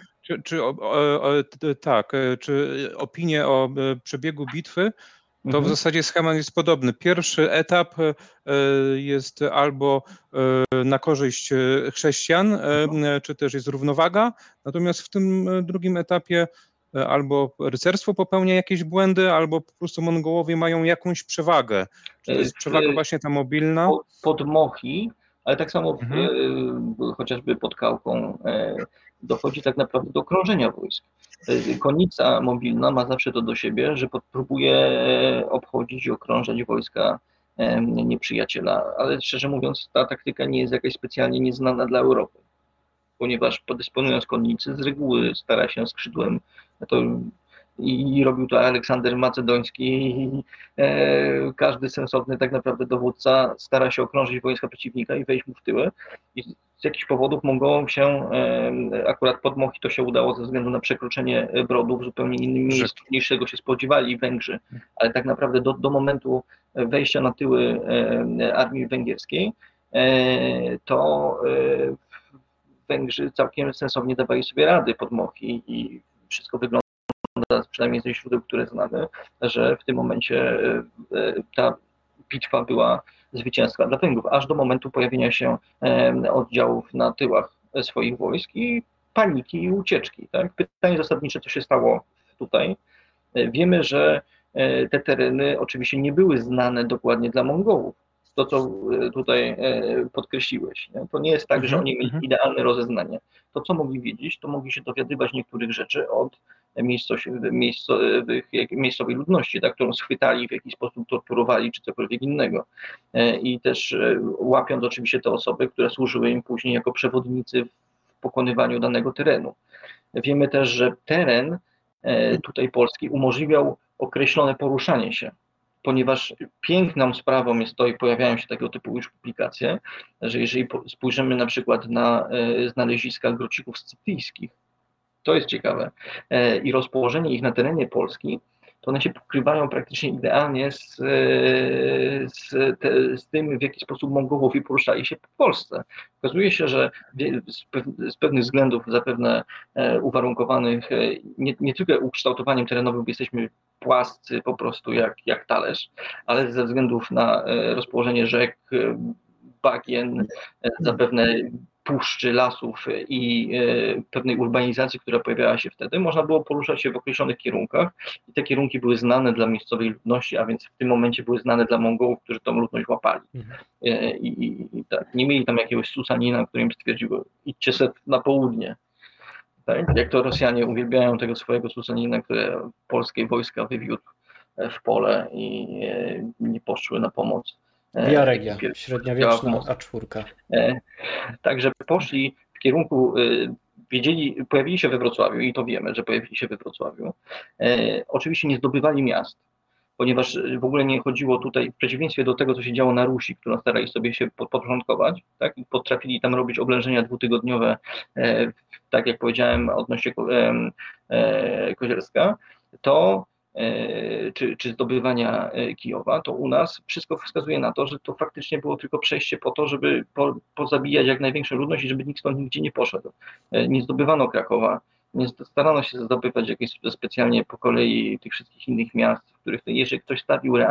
czy opinie o przebiegu bitwy, to w zasadzie schemat jest podobny. Pierwszy etap jest albo na korzyść chrześcijan, czy też jest równowaga, natomiast w tym drugim etapie albo rycerstwo popełnia jakieś błędy, albo po prostu Mongołowie mają jakąś przewagę. Czy to jest przewaga właśnie ta mobilna? Podmochi, ale tak samo chociażby pod Kałką dochodzi tak naprawdę do krążenia wojsk. Konnica mobilna ma zawsze to do siebie, że próbuje obchodzić i okrążać wojska nieprzyjaciela, ale szczerze mówiąc ta taktyka nie jest jakaś specjalnie nieznana dla Europy, ponieważ dysponując konnicy z reguły stara się skrzydłem, i robił to Aleksander Macedoński i każdy sensowny tak naprawdę dowódca stara się okrążyć wojska przeciwnika i wejść mu w tyły. I z jakichś powodów Mongołom się akurat pod Mochi to się udało ze względu na przekroczenie Brodu w zupełnie innym miejscu niż tego się spodziewali Węgrzy, ale tak naprawdę do momentu wejścia na tyły armii węgierskiej to Węgrzy całkiem sensownie dawali sobie rady pod Mochi i wszystko wygląda, przynajmniej ze źródeł, które znamy, że w tym momencie ta bitwa była zwycięska dla Węgrów, aż do momentu pojawienia się oddziałów na tyłach swoich wojsk i paniki i ucieczki. Tak? Pytanie zasadnicze, co się stało tutaj. Wiemy, że te tereny oczywiście nie były znane dokładnie dla Mongołów. To, co tutaj podkreśliłeś. Nie? To nie jest tak, że oni mieli idealne rozeznanie. To, co mogli wiedzieć, to mogli się dowiadywać niektórych rzeczy od miejscowej ludności, tak, którą schwytali, w jakiś sposób torturowali, czy cokolwiek innego. I też łapiąc oczywiście te osoby, które służyły im później jako przewodnicy w pokonywaniu danego terenu. Wiemy też, że teren tutaj Polski umożliwiał określone poruszanie się, ponieważ piękną sprawą jest to, i pojawiają się tego typu już publikacje, że jeżeli spojrzymy na przykład na znaleziska grocików scytyjskich, to jest ciekawe, i rozpołożenie ich na terenie Polski, to one się pokrywają praktycznie idealnie z tym, w jaki sposób Mongołowie poruszali się po Polsce. Okazuje się, że z pewnych względów, zapewne uwarunkowanych nie tylko ukształtowaniem terenowym, bo jesteśmy płascy po prostu jak talerz, ale ze względów na rozpołożenie rzek, bagien, zapewne puszczy, lasów i pewnej urbanizacji, która pojawiała się wtedy, można było poruszać się w określonych kierunkach i te kierunki były znane dla miejscowej ludności, a więc w tym momencie były znane dla Mongołów, którzy tą ludność łapali. I tak, nie mieli tam jakiegoś Susanina, który im stwierdził, idźcie sobie na południe. Tak? Jak to Rosjanie uwielbiają tego swojego Susanina, które polskie wojska wywiódł w pole i nie poszły na pomoc. Via Regia, średniowieczna A4. Także poszli w kierunku, pojawili się we Wrocławiu i to wiemy, że pojawili się we Wrocławiu. Oczywiście nie zdobywali miast, ponieważ w ogóle nie chodziło tutaj, w przeciwieństwie do tego, co się działo na Rusi, którą starali sobie się podporządkować, tak, i potrafili tam robić oblężenia dwutygodniowe, tak jak powiedziałem odnośnie Kozielska, to czy zdobywania Kijowa, to u nas wszystko wskazuje na to, że to faktycznie było tylko przejście po to, żeby pozabijać jak największą ludność i żeby nikt stąd nigdzie nie poszedł. Nie zdobywano Krakowa, nie starano się zdobywać jakieś specjalnie po kolei tych wszystkich innych miast, w których jeżeli ktoś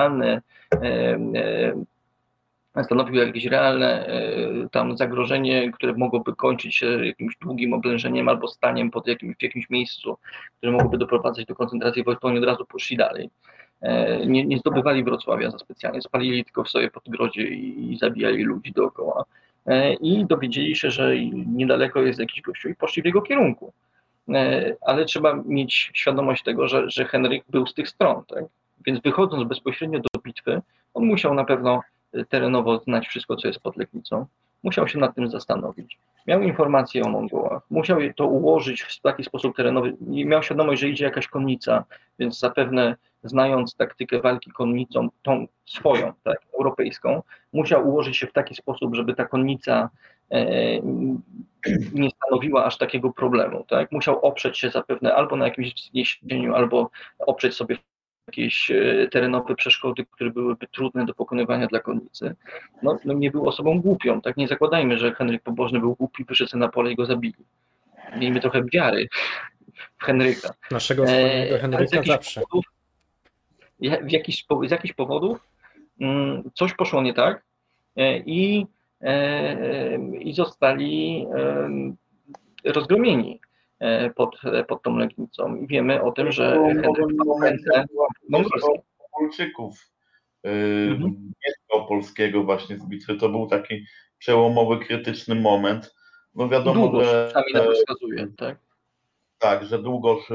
stanowił jakieś realne tam zagrożenie, które mogłoby kończyć się jakimś długim oblężeniem albo staniem w jakimś miejscu, które mogłoby doprowadzać do koncentracji wojsk, to oni od razu poszli dalej. Nie zdobywali Wrocławia za specjalnie, spalili tylko w sobie Podgrodzie i zabijali ludzi dookoła. I dowiedzieli się, że niedaleko jest jakiś gościu i poszli w jego kierunku. Ale trzeba mieć świadomość tego, że Henryk był z tych stron, tak? Więc wychodząc bezpośrednio do bitwy, on musiał na pewno terenowo znać wszystko, co jest pod Legnicą. Musiał się nad tym zastanowić. Miał informacje o Mongołach. Musiał to ułożyć w taki sposób terenowy. Miał świadomość, że idzie jakaś konnica, więc zapewne znając taktykę walki konnicą, tą swoją, tak, europejską, musiał ułożyć się w taki sposób, żeby ta konnica nie stanowiła aż takiego problemu. Tak? Musiał oprzeć się zapewne albo na jakimś wzniesieniu, albo oprzeć sobie jakieś terenowe przeszkody, które byłyby trudne do pokonywania dla konnicy. No, nie był osobą głupią, tak? Nie zakładajmy, że Henryk Pobożny był głupi, wyszedł na pole i go zabili. Miejmy trochę wiary w Henryka. Naszego wspólnego Henryka zawsze. Z jakichś powodów coś poszło nie tak i zostali rozgromieni pod tą Legnicą. I wiemy o tym, że Henryk ma ręce mongolskie. Polczyków polskiego właśnie z bitwy. To był taki przełomowy, krytyczny moment. No wiadomo, Długosz, że przynajmniej na to wskazuje, tak? Tak, że Długosz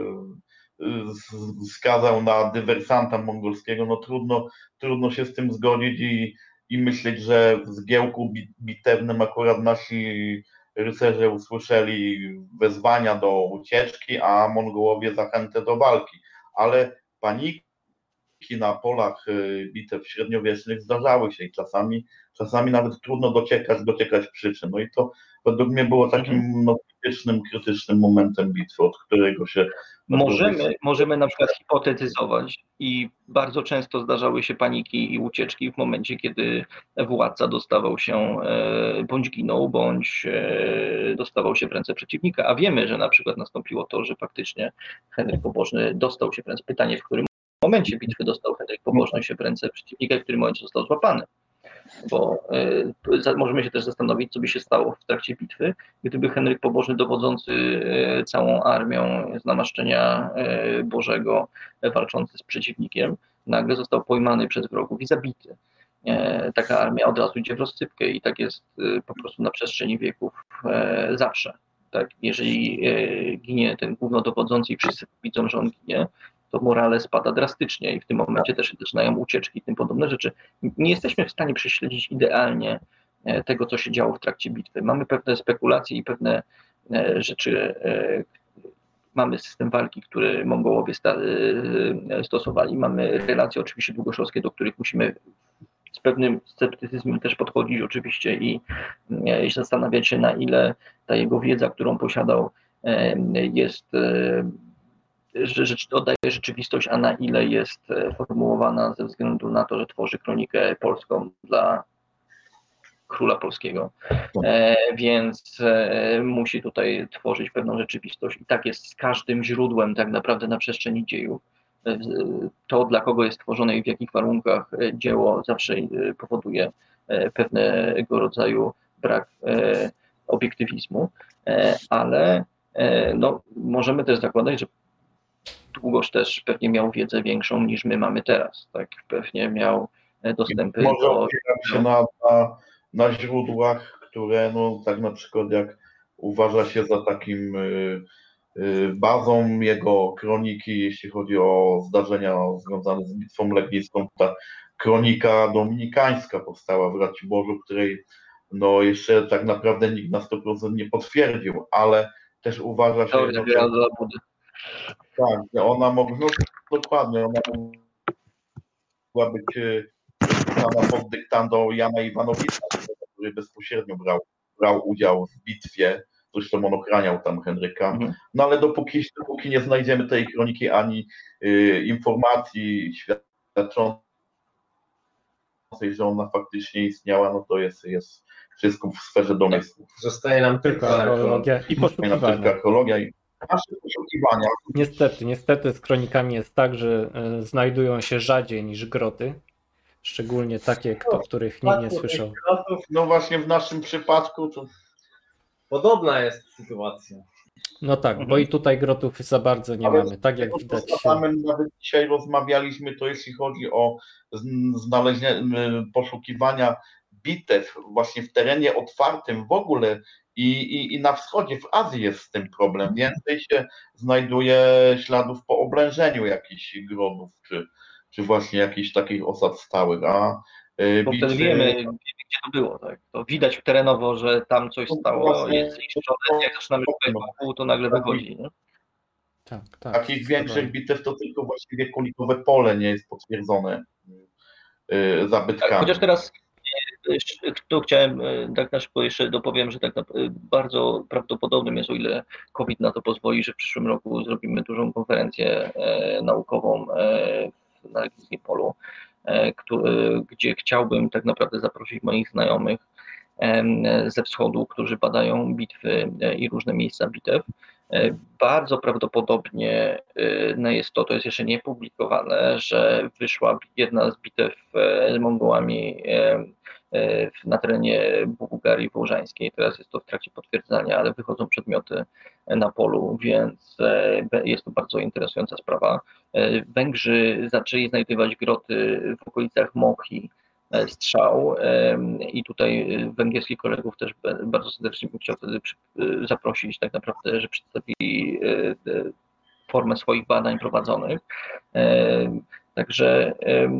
wskazał na dywersanta mongolskiego. No trudno się z tym zgodzić i myśleć, że w zgiełku bitewnym akurat nasi rycerze usłyszeli wezwania do ucieczki, a Mongołowie zachętę do walki. Ale paniki na polach bitew średniowiecznych zdarzały się i czasami nawet trudno dociekać przyczyn. No i to według mnie było takim krytycznym momentem bitwy, od którego się... Możemy na przykład hipotetyzować i bardzo często zdarzały się paniki i ucieczki w momencie, kiedy władca dostawał się, bądź ginął, bądź dostawał się w ręce przeciwnika, a wiemy, że na przykład nastąpiło to, że faktycznie Henryk Pobożny dostał się w ręce. Pytanie, w którym momencie bitwy dostał Henryk Pobożny się w ręce przeciwnika, w którym momencie został złapany. Bo możemy się też zastanowić, co by się stało w trakcie bitwy, gdyby Henryk Pobożny, dowodzący całą armią z namaszczenia Bożego, walczący z przeciwnikiem, nagle został pojmany przez wrogów i zabity. Taka armia od razu idzie w rozsypkę i tak jest po prostu na przestrzeni wieków zawsze. Tak? Jeżeli ginie ten głównodowodzący i wszyscy widzą, że on ginie, to morale spada drastycznie i w tym momencie też zaczynają ucieczki i tym podobne rzeczy. Nie jesteśmy w stanie prześledzić idealnie tego, co się działo w trakcie bitwy. Mamy pewne spekulacje i pewne rzeczy. Mamy system walki, który Mongołowie stosowali. Mamy relacje oczywiście długoszowskie, do których musimy z pewnym sceptycyzmem też podchodzić oczywiście i zastanawiać się, na ile ta jego wiedza, którą posiadał, jest oddaje rzeczywistość, a na ile jest formułowana ze względu na to, że tworzy kronikę polską dla króla polskiego. Więc musi tutaj tworzyć pewną rzeczywistość i tak jest z każdym źródłem tak naprawdę na przestrzeni dziejów. To, dla kogo jest tworzone i w jakich warunkach dzieło, zawsze powoduje pewnego rodzaju brak obiektywizmu, ale no, możemy też zakładać, że Długosz też pewnie miał wiedzę większą niż my mamy teraz, tak? Pewnie miał dostępy Może do... opieram się na źródłach, które no, tak na przykład jak uważa się za takim bazą jego kroniki, jeśli chodzi o zdarzenia związane z bitwą legnicką, ta kronika dominikańska powstała w Raciborzu, której no, jeszcze tak naprawdę nikt na 100% nie potwierdził, ale też uważa się... Tak, ona mogła, no dokładnie, ona mogła być pisana pod dyktando Jana Iwanowicza, który bezpośrednio brał udział w bitwie, zresztą on ochraniał tam Henryka, no ale dopóki nie znajdziemy tej kroniki ani informacji świadczącej, że ona faktycznie istniała, no to jest wszystko w sferze domysłów. Zostaje nam tylko archeologia i poszukiwania. Archeologia i nasze poszukiwania. Niestety z kronikami jest tak, że znajdują się rzadziej niż groty, szczególnie takie, o których nikt nie słyszał. No właśnie w naszym przypadku to... Podobna jest sytuacja. No tak, bo i tutaj grotów za bardzo nie mamy, tak jak widać. Nawet dzisiaj rozmawialiśmy, to jeśli chodzi o poszukiwania bitew właśnie w terenie otwartym w ogóle i na wschodzie, w Azji jest z tym problem. Więcej się znajduje śladów po oblężeniu jakichś grodów, czy właśnie jakichś takich osad stałych, bo wtedy wiemy, gdzie to było, tak? To widać terenowo, że tam coś stało, jest zniszczone, jak zaczynamy szukać wokół, to nagle wychodzi, nie? Tak. Takich większych bitew to tylko właściwie kulikowe pole nie jest potwierdzone zabytkami. Tak, chociaż teraz tu chciałem tak na szybko jeszcze dopowiem, że tak bardzo prawdopodobnym jest, o ile COVID na to pozwoli, że w przyszłym roku zrobimy dużą konferencję naukową na Legnickim Polu, gdzie chciałbym tak naprawdę zaprosić moich znajomych ze wschodu, którzy badają bitwy i różne miejsca bitew. Bardzo prawdopodobnie jest to jest jeszcze niepublikowane, że wyszła jedna z bitew z Mongołami na terenie Bułgarii Wołżańskiej. Teraz jest to w trakcie potwierdzania, ale wychodzą przedmioty na polu, więc jest to bardzo interesująca sprawa. Węgrzy zaczęli znajdywać groty w okolicach Mochi, Strzał i tutaj węgierskich kolegów też bardzo serdecznie bym chciał wtedy zaprosić tak naprawdę, że przedstawili formę swoich badań prowadzonych. Także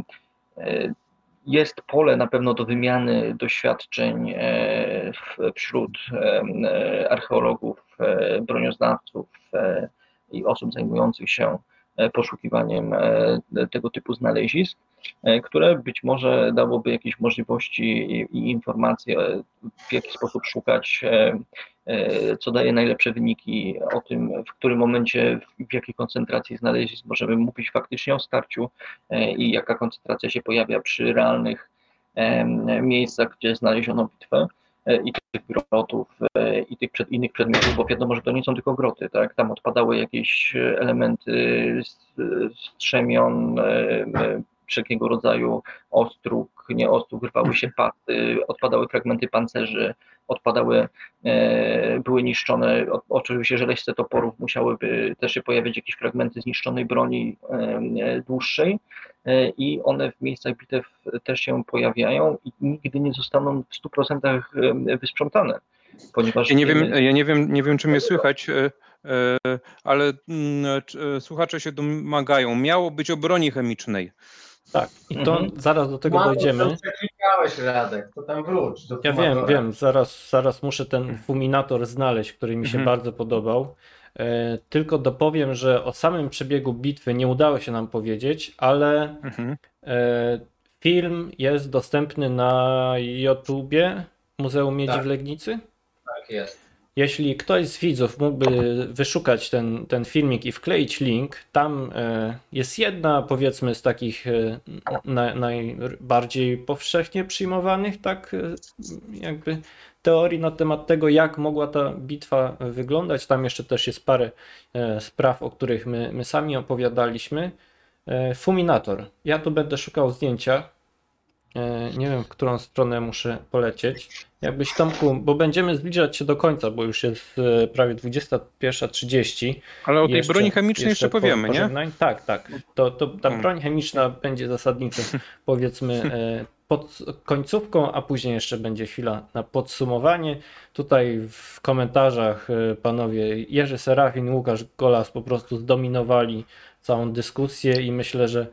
jest pole na pewno do wymiany doświadczeń wśród archeologów, bronioznawców i osób zajmujących się poszukiwaniem tego typu znalezisk, które być może dałoby jakieś możliwości i informacje, w jaki sposób szukać, co daje najlepsze wyniki, o tym, w którym momencie, w jakiej koncentracji znalezisk możemy mówić faktycznie o starciu i jaka koncentracja się pojawia przy realnych miejscach, gdzie znaleziono bitwę. i tych grotów, i tych innych przedmiotów, bo wiadomo, że to nie są tylko groty, tak? Tam odpadały jakieś elementy strzemion, wszelkiego rodzaju ostróg, nie ostróg, rwały się paty, odpadały fragmenty pancerzy, były niszczone, oczywiście żelezce toporów, musiałyby też się pojawiać jakieś fragmenty zniszczonej broni dłuższej i one w miejscach bitew też się pojawiają i nigdy nie zostaną w 100% wysprzątane, ponieważ... Nie wiem, czy mnie słychać, ale słuchacze się domagają. Miało być o broni chemicznej. Tak, i to zaraz do tego dojdziemy. To przeklikałeś, Radek, to tam wróć do Ja fumatora. wiem, zaraz muszę ten fuminator znaleźć, który mi się bardzo podobał. Tylko dopowiem, że o samym przebiegu bitwy nie udało się nam powiedzieć, ale film jest dostępny na YouTubie Muzeum Miedzi w Legnicy. Tak jest. Jeśli ktoś z widzów mógłby wyszukać ten filmik i wkleić link, tam jest jedna, powiedzmy, z takich najbardziej powszechnie przyjmowanych tak jakby teorii na temat tego, jak mogła ta bitwa wyglądać. Tam jeszcze też jest parę spraw, o których my sami opowiadaliśmy. Fuminator. Ja tu będę szukał zdjęcia. Nie wiem, w którą stronę muszę polecieć. Jakbyś, Tomku, bo będziemy zbliżać się do końca, bo już jest prawie 21:30. Ale o tej broni chemicznej jeszcze powiemy, nie? Tak. Ta broń chemiczna będzie zasadniczym, powiedzmy, pod końcówką, a później jeszcze będzie chwila na podsumowanie. Tutaj w komentarzach panowie Jerzy Serafin, Łukasz Golas po prostu zdominowali całą dyskusję i myślę, że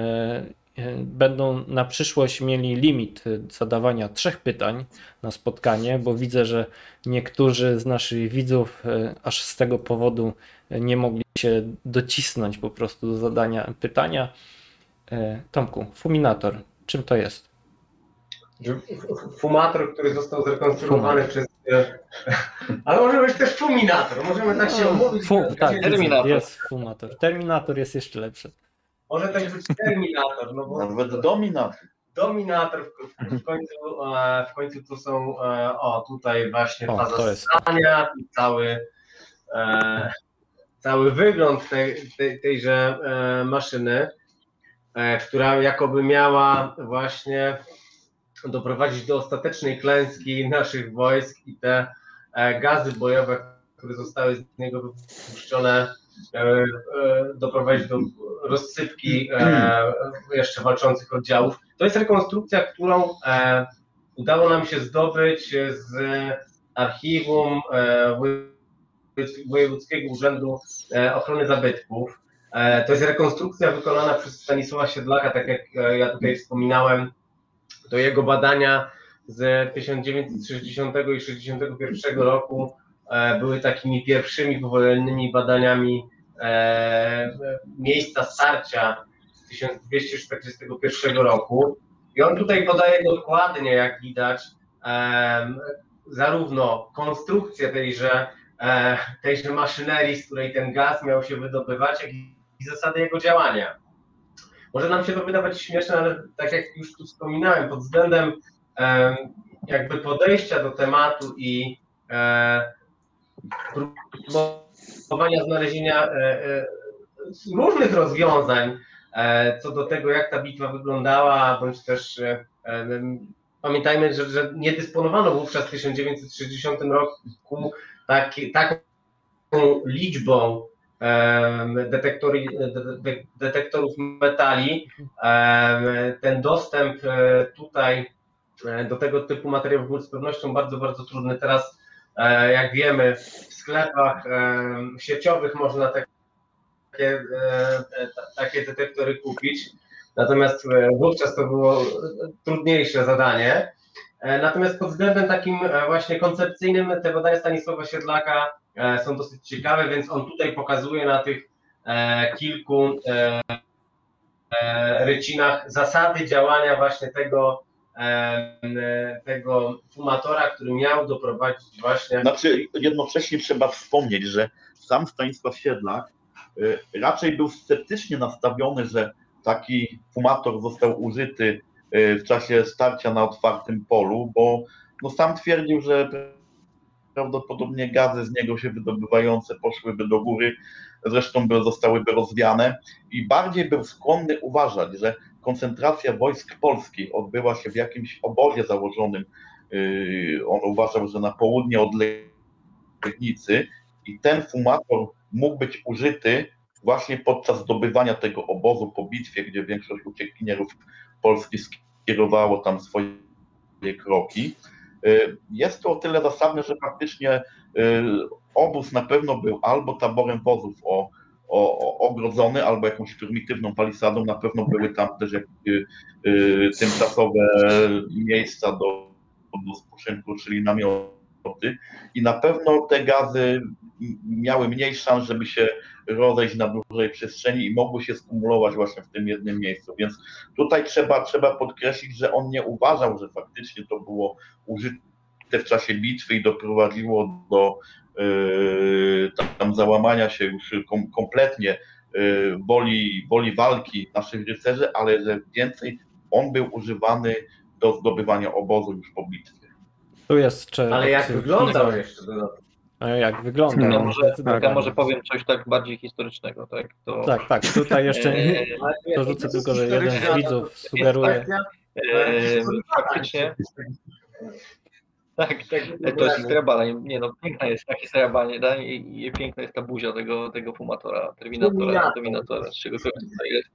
będą na przyszłość mieli limit zadawania 3 pytań na spotkanie, bo widzę, że niektórzy z naszych widzów aż z tego powodu nie mogli się docisnąć po prostu do zadania pytania. Tomku, fuminator, czym to jest? Fumator, który został zrekonstruowany przez... Ale może być też fuminator, możemy tak się umówić. Tak, Terminator. jest fumator. Terminator jest jeszcze lepszy. Może tak być terminator, no bo... Nawet dominator. Dominator w końcu to są, tutaj właśnie faza jest stania i cały wygląd tejże maszyny, która jakoby miała właśnie doprowadzić do ostatecznej klęski naszych wojsk i te gazy bojowe, które zostały z niego wypuszczone, doprowadzić do rozsypki jeszcze walczących oddziałów. To jest rekonstrukcja, którą udało nam się zdobyć z archiwum Wojewódzkiego Urzędu Ochrony Zabytków. To jest rekonstrukcja wykonana przez Stanisława Siedlaka, tak jak ja tutaj wspominałem. To jego badania z 1960 i 1961 roku były takimi pierwszymi powojennymi badaniami miejsca starcia z 1241 roku. I on tutaj podaje dokładnie, jak widać, zarówno konstrukcję tejże maszynerii, z której ten gaz miał się wydobywać, jak i zasady jego działania. Może nam się to wydawać śmieszne, ale tak jak już tu wspominałem, pod względem jakby podejścia do tematu i próbowania znalezienia różnych rozwiązań co do tego, jak ta bitwa wyglądała, bądź też pamiętajmy, że nie dysponowano wówczas w 1960 roku taką liczbą detektorów metali. Ten dostęp tutaj do tego typu materiałów był z pewnością bardzo, bardzo trudny. Teraz, jak wiemy, w sklepach sieciowych można takie detektory kupić, natomiast wówczas to było trudniejsze zadanie. Natomiast pod względem takim właśnie koncepcyjnym te badania Stanisława Siedlaka są dosyć ciekawe, więc on tutaj pokazuje na tych kilku rycinach zasady działania właśnie tego fumatora, który miał doprowadzić właśnie... Znaczy jednocześnie trzeba wspomnieć, że sam Stanisław Siedlak raczej był sceptycznie nastawiony, że taki fumator został użyty w czasie starcia na otwartym polu, bo no sam twierdził, że prawdopodobnie gazy z niego się wydobywające poszłyby do góry, zresztą zostałyby rozwiane i bardziej był skłonny uważać, że koncentracja wojsk polskich odbyła się w jakimś obozie założonym, on uważał, że na południe od Legnicy i ten fumator mógł być użyty właśnie podczas zdobywania tego obozu po bitwie, gdzie większość uciekinierów Polski skierowało tam swoje kroki. Jest to o tyle zasadne, że faktycznie obóz na pewno był albo taborem wozów ogrodzony, albo jakąś prymitywną palisadą, na pewno były tam też tymczasowe miejsca do spoczynku, czyli namioty i na pewno te gazy miały mniej szans, żeby się rozejść na dużej przestrzeni i mogły się skumulować właśnie w tym jednym miejscu, więc tutaj trzeba podkreślić, że on nie uważał, że faktycznie to było użyte w czasie bitwy i doprowadziło do tam załamania się już kompletnie woli walki naszych rycerzy, ale że więcej on był używany do zdobywania obozu już po bitwie. Tu jest Ale jak wyglądał jeszcze dodatkowo? A jak wygląda? Ja No, może, zdecydowanie. ja może powiem coś tak bardziej historycznego, tak? To, Tak, tutaj jeszcze to rzucę tylko, że jeden z widzów sugeruje. Faktycznie. Tak, to jest historia badań. Nie no, piękna jest ta historia badań i piękna jest ta buzia tego fumatora, terminatora, z czego to tutaj jest.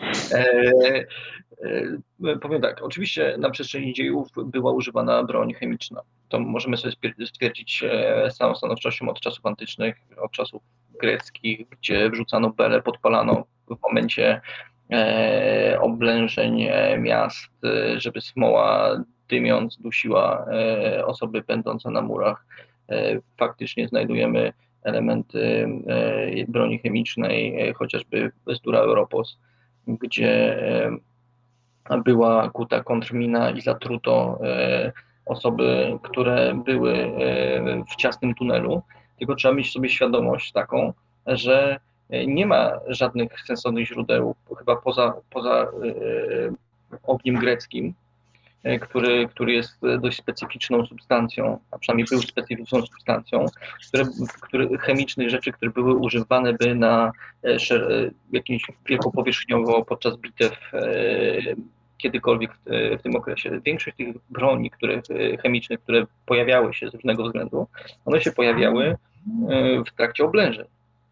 Powiem tak, oczywiście na przestrzeni dziejów była używana broń chemiczna. To możemy sobie stwierdzić z całą stanowczością od czasów antycznych, od czasów greckich, gdzie wrzucano bele, podpalano w momencie oblężeń miast, żeby smoła dymiąc dusiła osoby będące na murach. Faktycznie znajdujemy elementy broni chemicznej, chociażby z Dura Europos, gdzie była kuta kontrmina i zatruto osoby, które były w ciasnym tunelu. Tylko trzeba mieć sobie świadomość taką, że nie ma żadnych sensownych źródeł, chyba poza ogniem greckim, który jest dość specyficzną substancją, a przynajmniej był specyficzną substancją, chemicznych rzeczy, które były używane by na jakimś wielkopowierzchniowo podczas bitew kiedykolwiek w tym okresie. Większość tych broni chemicznych, które pojawiały się z różnego względu, one się pojawiały w trakcie oblężeń.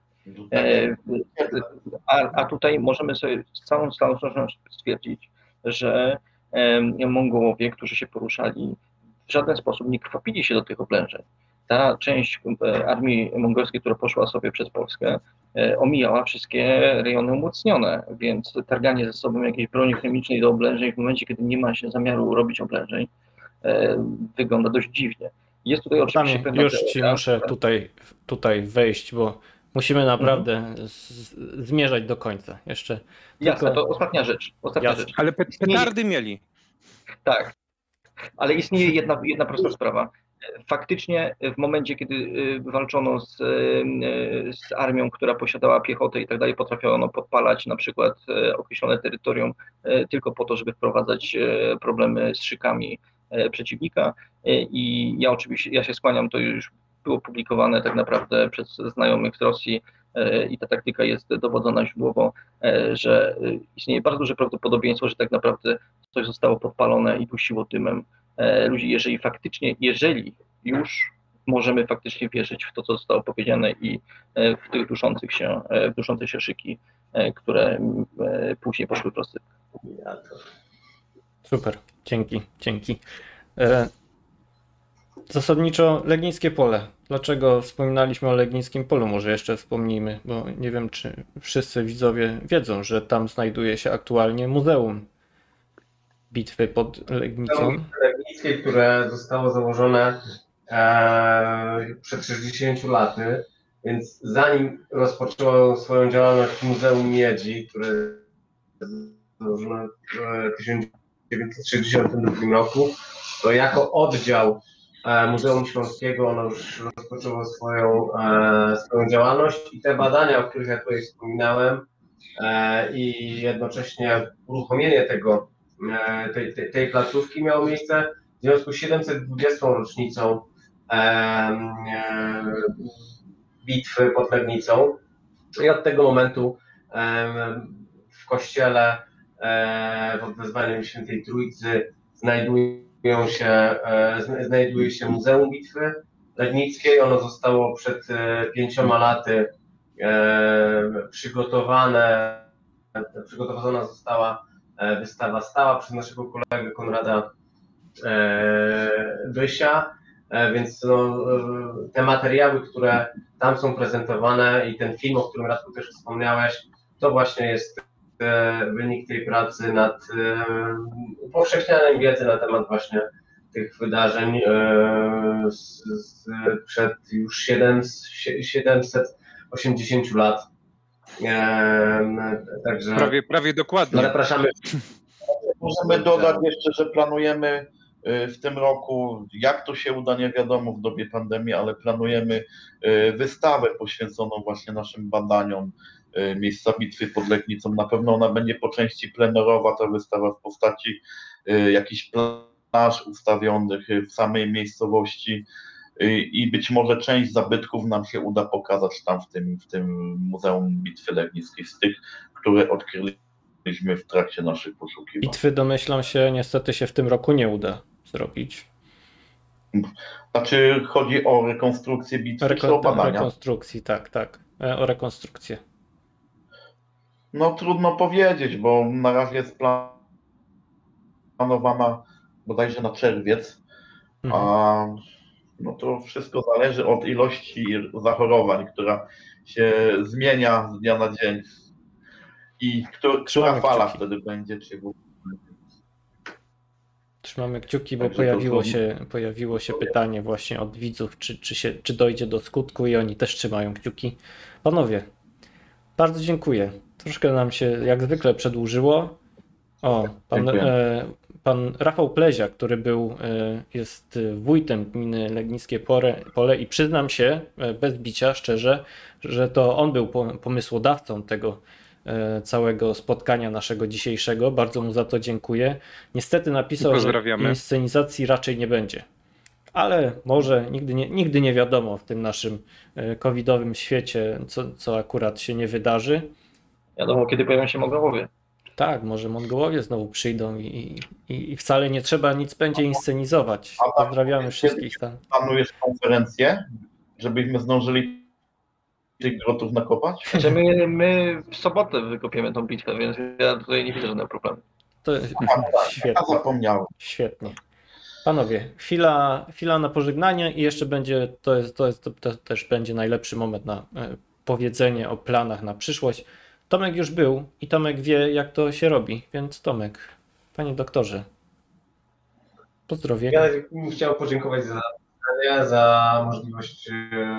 A tutaj możemy sobie z całą stanowczością stwierdzić, że Mongołowie, którzy się poruszali, w żaden sposób nie krwawili się do tych oblężeń. Ta część armii mongolskiej, która poszła sobie przez Polskę, omijała wszystkie rejony umocnione, więc targanie ze sobą jakiejś broni chemicznej do oblężeń w momencie, kiedy nie ma się zamiaru robić oblężeń, wygląda dość dziwnie. Jest tutaj oczywiście pewna już ci muszę tutaj wejść, bo musimy naprawdę zmierzać do końca. Jeszcze jasne, to ostatnia rzecz. Ale petardy mieli. Tak, ale istnieje jedna prosta sprawa. Faktycznie w momencie, kiedy walczono z armią, która posiadała piechotę i tak dalej, potrafiono podpalać na przykład określone terytorium tylko po to, żeby wprowadzać problemy z szykami przeciwnika. I ja się skłaniam, to już było publikowane tak naprawdę przez znajomych z Rosji i ta taktyka jest dowodzona źródłowo, że istnieje bardzo duże prawdopodobieństwo, że tak naprawdę coś zostało podpalone i dusiło dymem ludzi, jeżeli już możemy faktycznie wierzyć w to, co zostało powiedziane i w tych duszące się szyki, które później poszły prosto. Super, dzięki. Zasadniczo Legnickie Pole. Dlaczego wspominaliśmy o Legnickim Polu? Może jeszcze wspomnijmy, bo nie wiem, czy wszyscy widzowie wiedzą, że tam znajduje się aktualnie Muzeum Bitwy pod Legnicą. Legnickie, które zostało założone przed 60 laty, więc zanim rozpoczęło swoją działalność Muzeum Miedzi, które założono w 1962 roku, to jako oddział Muzeum Śląskiego ono już rozpoczęło swoją działalność i te badania, o których ja tutaj wspominałem i jednocześnie uruchomienie tej placówki miało miejsce w związku z 720. rocznicą bitwy pod Legnicą i od tego momentu w kościele pod wezwaniem Świętej Trójcy znajduje się Muzeum Bitwy Legnickiej. Ono zostało przed 5 laty przygotowana została wystawa stała przez naszego kolegę Konrada Wysia, więc te materiały, które tam są prezentowane i ten film, o którym Radku też wspomniałeś, to właśnie jest wynik tej pracy nad upowszechnianiem wiedzy na temat właśnie tych wydarzeń przed już 780 lat. Także Prawie dokładnie. zapraszamy. Możemy dodać jeszcze, że planujemy w tym roku, jak to się uda, nie wiadomo w dobie pandemii, ale planujemy wystawę poświęconą właśnie naszym badaniom miejsca bitwy pod Legnicą. Na pewno ona będzie po części plenerowa, ta wystawa w postaci jakichś plaż ustawionych w samej miejscowości i być może część zabytków nam się uda pokazać tam w tym Muzeum Bitwy Legnickiej, z tych, które odkryliśmy w trakcie naszych poszukiwań. Bitwy, domyślam się, niestety się w tym roku nie uda zrobić. Znaczy chodzi o rekonstrukcję bitwy czy o badania? Rekonstrukcji, tak. O rekonstrukcję. No trudno powiedzieć, bo na razie jest planowana bodajże na czerwiec, a no to wszystko zależy od ilości zachorowań, która się zmienia z dnia na dzień i która fala kciuki. wtedy będzie, Trzymamy kciuki, bo Także pojawiło się pytanie właśnie od widzów, czy dojdzie do skutku i oni też trzymają kciuki. Panowie, bardzo dziękuję. Troszkę nam się jak zwykle przedłużyło. Pan Rafał Plezia, który jest wójtem gminy Legnickie Pole i przyznam się bez bicia szczerze, że to on był pomysłodawcą tego całego spotkania naszego dzisiejszego. Bardzo mu za to dziękuję. Niestety napisał, że inscenizacji raczej nie będzie. Ale może nigdy nie wiadomo w tym naszym covidowym świecie, co akurat się nie wydarzy. Wiadomo, kiedy pojawią się Mongołowie. Tak, może Mongołowie znowu przyjdą i wcale nie trzeba nic będzie inscenizować. Pozdrawiamy wszystkich tam. Planujesz konferencję, żebyśmy zdążyli tych grotów nakopać? Znaczy my w sobotę wykopiemy tą bitwę, więc ja tutaj nie widzę żadnego problemu. To świetnie. Ja zapomniałem. Świetnie. Panowie, chwila na pożegnanie i jeszcze będzie, to też będzie najlepszy moment na powiedzenie o planach na przyszłość. Tomek już był i Tomek wie, jak to się robi, więc Tomek, panie doktorze, pozdrowienia. Ja bym chciał podziękować za możliwość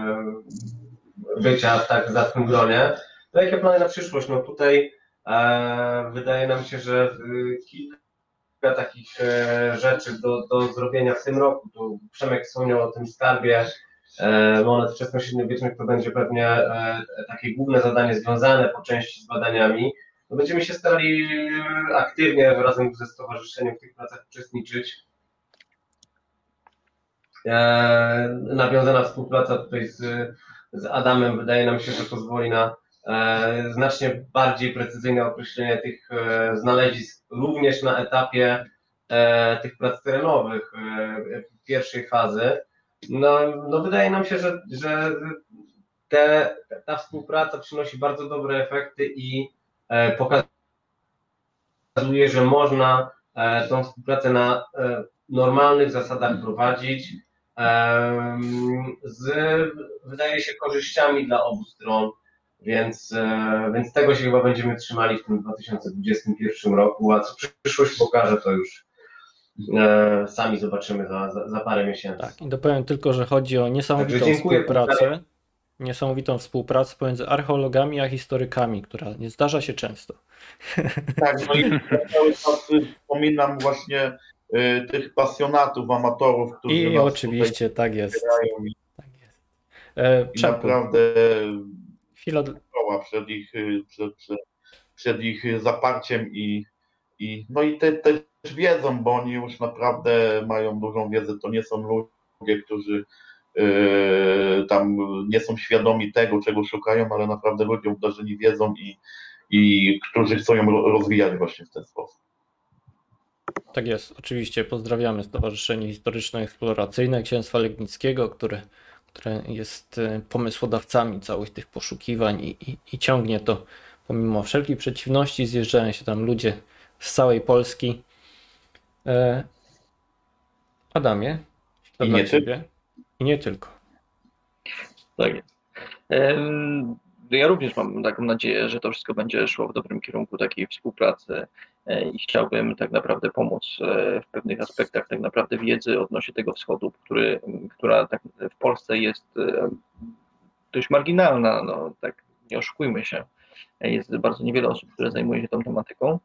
bycia w tak zacnym gronie. No jakie plany na przyszłość? No tutaj wydaje nam się, że kilka takich rzeczy do zrobienia w tym roku. Tu Przemek wspomniał o tym skarbie monet wczesnośredniowiecznych, to będzie pewnie takie główne zadanie związane po części z badaniami. No będziemy się starali aktywnie razem ze stowarzyszeniem w tych pracach uczestniczyć. Nawiązana współpraca tutaj z Adamem wydaje nam się, że pozwoli na znacznie bardziej precyzyjne określenie tych znalezisk również na etapie tych prac terenowych pierwszej fazy. No wydaje nam się, że ta współpraca przynosi bardzo dobre efekty i pokazuje, że można tą współpracę na normalnych zasadach prowadzić wydaje się, korzyściami dla obu stron, więc tego się chyba będziemy trzymali w tym 2021 roku, a co przyszłość pokaże, to już sami zobaczymy za parę miesięcy. Tak, i dopowiem tylko, że chodzi o niesamowitą współpracę pomiędzy archeologami a historykami, która nie zdarza się często. Tak, no i cały czas wspominam właśnie tych pasjonatów, amatorów, którzy I oczywiście tak jest. Tak jest. Naprawdę chwila przed ich zaparciem i te wiedzą, bo oni już naprawdę mają dużą wiedzę. To nie są ludzie, którzy tam nie są świadomi tego, czego szukają, ale naprawdę ludzie obdarzeni wiedzą i którzy chcą ją rozwijać właśnie w ten sposób. Tak jest, oczywiście pozdrawiamy Stowarzyszenie Historyczno-Eksploracyjne Księstwa Legnickiego, które jest pomysłodawcami całych tych poszukiwań i ciągnie to pomimo wszelkich przeciwności. Zjeżdżają się tam ludzie z całej Polski. Adamie, to I dla nie Ciebie. I nie tylko. Tak jest. Ja również mam taką nadzieję, że to wszystko będzie szło w dobrym kierunku takiej współpracy i chciałbym tak naprawdę pomóc w pewnych aspektach tak naprawdę wiedzy odnośnie tego wschodu, która tak w Polsce jest dość marginalna, no tak nie oszukujmy się. Jest bardzo niewiele osób, które zajmuje się tą tematyką.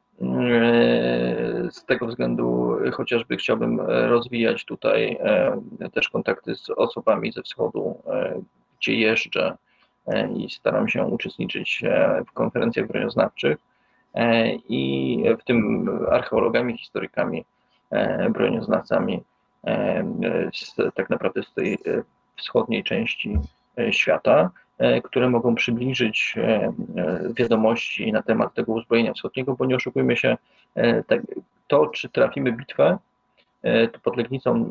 Z tego względu chociażby chciałbym rozwijać tutaj też kontakty z osobami ze wschodu, gdzie jeżdżę i staram się uczestniczyć w konferencjach brońnoznawczych i w tym archeologami, historykami, brońnoznawcami tak naprawdę z tej wschodniej części świata, które mogą przybliżyć wiadomości na temat tego uzbrojenia wschodniego, bo nie oszukujmy się, to czy trafimy bitwę to pod Legnicą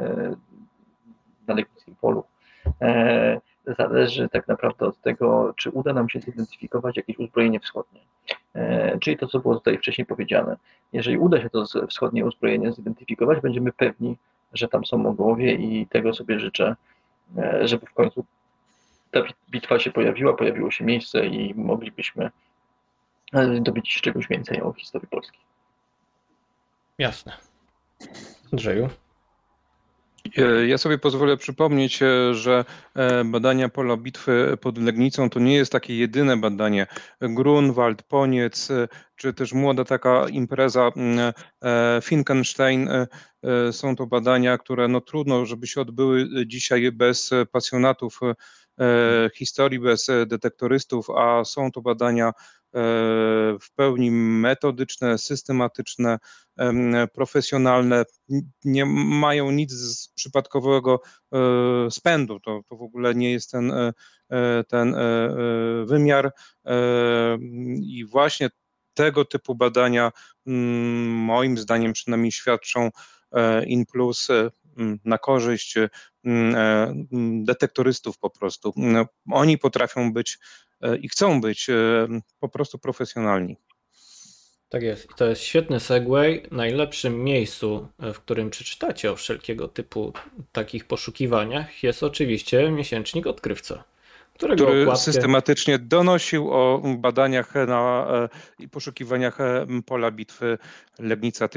na Legnickim Polu zależy tak naprawdę od tego, czy uda nam się zidentyfikować jakieś uzbrojenie wschodnie. Czyli to, co było tutaj wcześniej powiedziane. Jeżeli uda się to wschodnie uzbrojenie zidentyfikować, będziemy pewni, że tam są Mongołowie i tego sobie życzę, żeby w końcu ta bitwa się pojawiło się miejsce i moglibyśmy dowiedzieć się czegoś więcej o historii Polski. Jasne. Andrzeju? Ja sobie pozwolę przypomnieć, że badania pola bitwy pod Legnicą to nie jest takie jedyne badanie. Grunwald, Poniec, czy też młoda taka impreza Finkenstein. Są to badania, które no trudno, żeby się odbyły dzisiaj bez pasjonatów historii, bez detektorystów, a są to badania w pełni metodyczne, systematyczne, profesjonalne, nie mają nic z przypadkowego spędu. To w ogóle nie jest ten wymiar i właśnie tego typu badania moim zdaniem przynajmniej świadczą in plus na korzyść detektorystów po prostu. Oni potrafią być i chcą być po prostu profesjonalni. Tak jest. I to jest świetny segway. Najlepszym miejscu, w którym przeczytacie o wszelkiego typu takich poszukiwaniach, jest oczywiście miesięcznik Odkrywca, który systematycznie donosił o badaniach i poszukiwaniach pola bitwy Legnica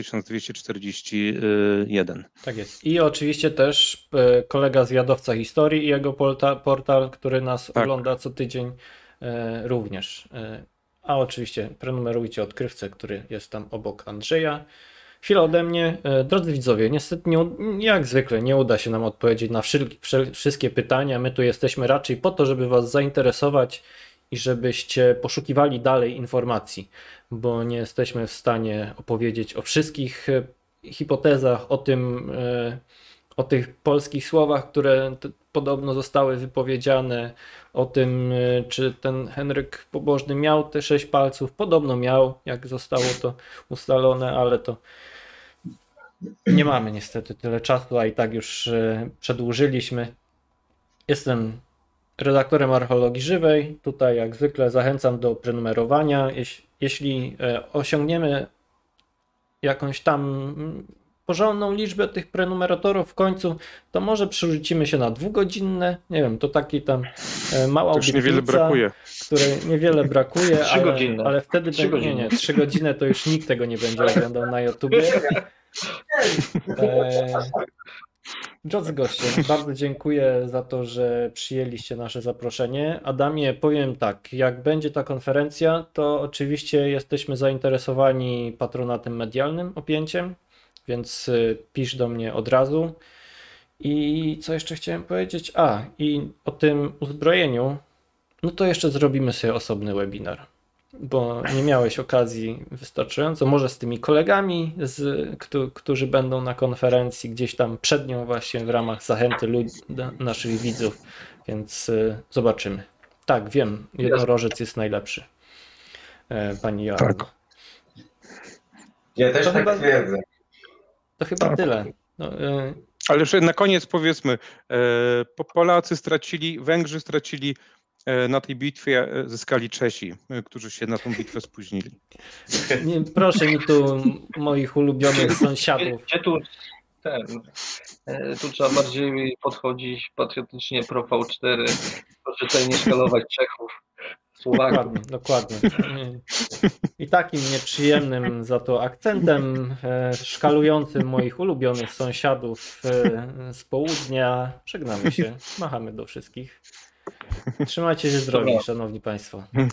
1241. Tak jest. I oczywiście też kolega zwiadowca historii i jego portal, który nas ogląda co tydzień również. A oczywiście prenumerujcie Odkrywcę, który jest tam obok Andrzeja. Chwila ode mnie. Drodzy widzowie, niestety jak zwykle nie uda się nam odpowiedzieć na wszystkie pytania. My tu jesteśmy raczej po to, żeby was zainteresować i żebyście poszukiwali dalej informacji, bo nie jesteśmy w stanie opowiedzieć o wszystkich hipotezach, o tych polskich słowach, które podobno zostały wypowiedziane, o tym, czy ten Henryk Pobożny miał te 6 palców. Podobno miał, jak zostało to ustalone, ale to nie mamy niestety tyle czasu, a i tak już przedłużyliśmy. Jestem redaktorem Archeologii Żywej. Tutaj jak zwykle zachęcam do prenumerowania. Jeśli osiągniemy jakąś tam porządną liczbę tych prenumeratorów w końcu, to może przerzucimy się na 2-godzinne. Nie wiem, to taki tam mała obietnica, niewiele brakuje. Której niewiele brakuje, 3 godziny. Ale wtedy 3 godziny. Nie, 3 godziny to już nikt tego nie będzie oglądał na YouTubie. Drodzy goście, bardzo dziękuję za to, że przyjęliście nasze zaproszenie. Adamie, powiem tak, jak będzie ta konferencja, to oczywiście jesteśmy zainteresowani patronatem medialnym, opięciem, więc pisz do mnie od razu. I co jeszcze chciałem powiedzieć? I o tym uzbrojeniu, no to jeszcze zrobimy sobie osobny webinar. bo nie miałeś okazji wystarczająco, może z tymi kolegami, którzy będą na konferencji, gdzieś tam przed nią właśnie w ramach zachęty naszych widzów, więc zobaczymy. Tak, wiem, jednorożec jest najlepszy. Pani Joanna. Tak. Ja też To tak chyba- twierdzę. To chyba Tak. tyle. No, Ale jeszcze na koniec powiedzmy, Polacy stracili, Węgrzy stracili na tej bitwie, zyskali Czesi, którzy się na tą bitwę spóźnili. nie, proszę mi tu moich ulubionych sąsiadów. Gdzie tu tu trzeba bardziej podchodzić patriotycznie pro V4, proszę nie szkalować Czechów, Słowaków. Dokładnie. I takim nieprzyjemnym za to akcentem, szkalującym moich ulubionych sąsiadów z południa, żegnamy się, machamy do wszystkich. Trzymajcie się zdrowi, Dobra. szanowni państwo.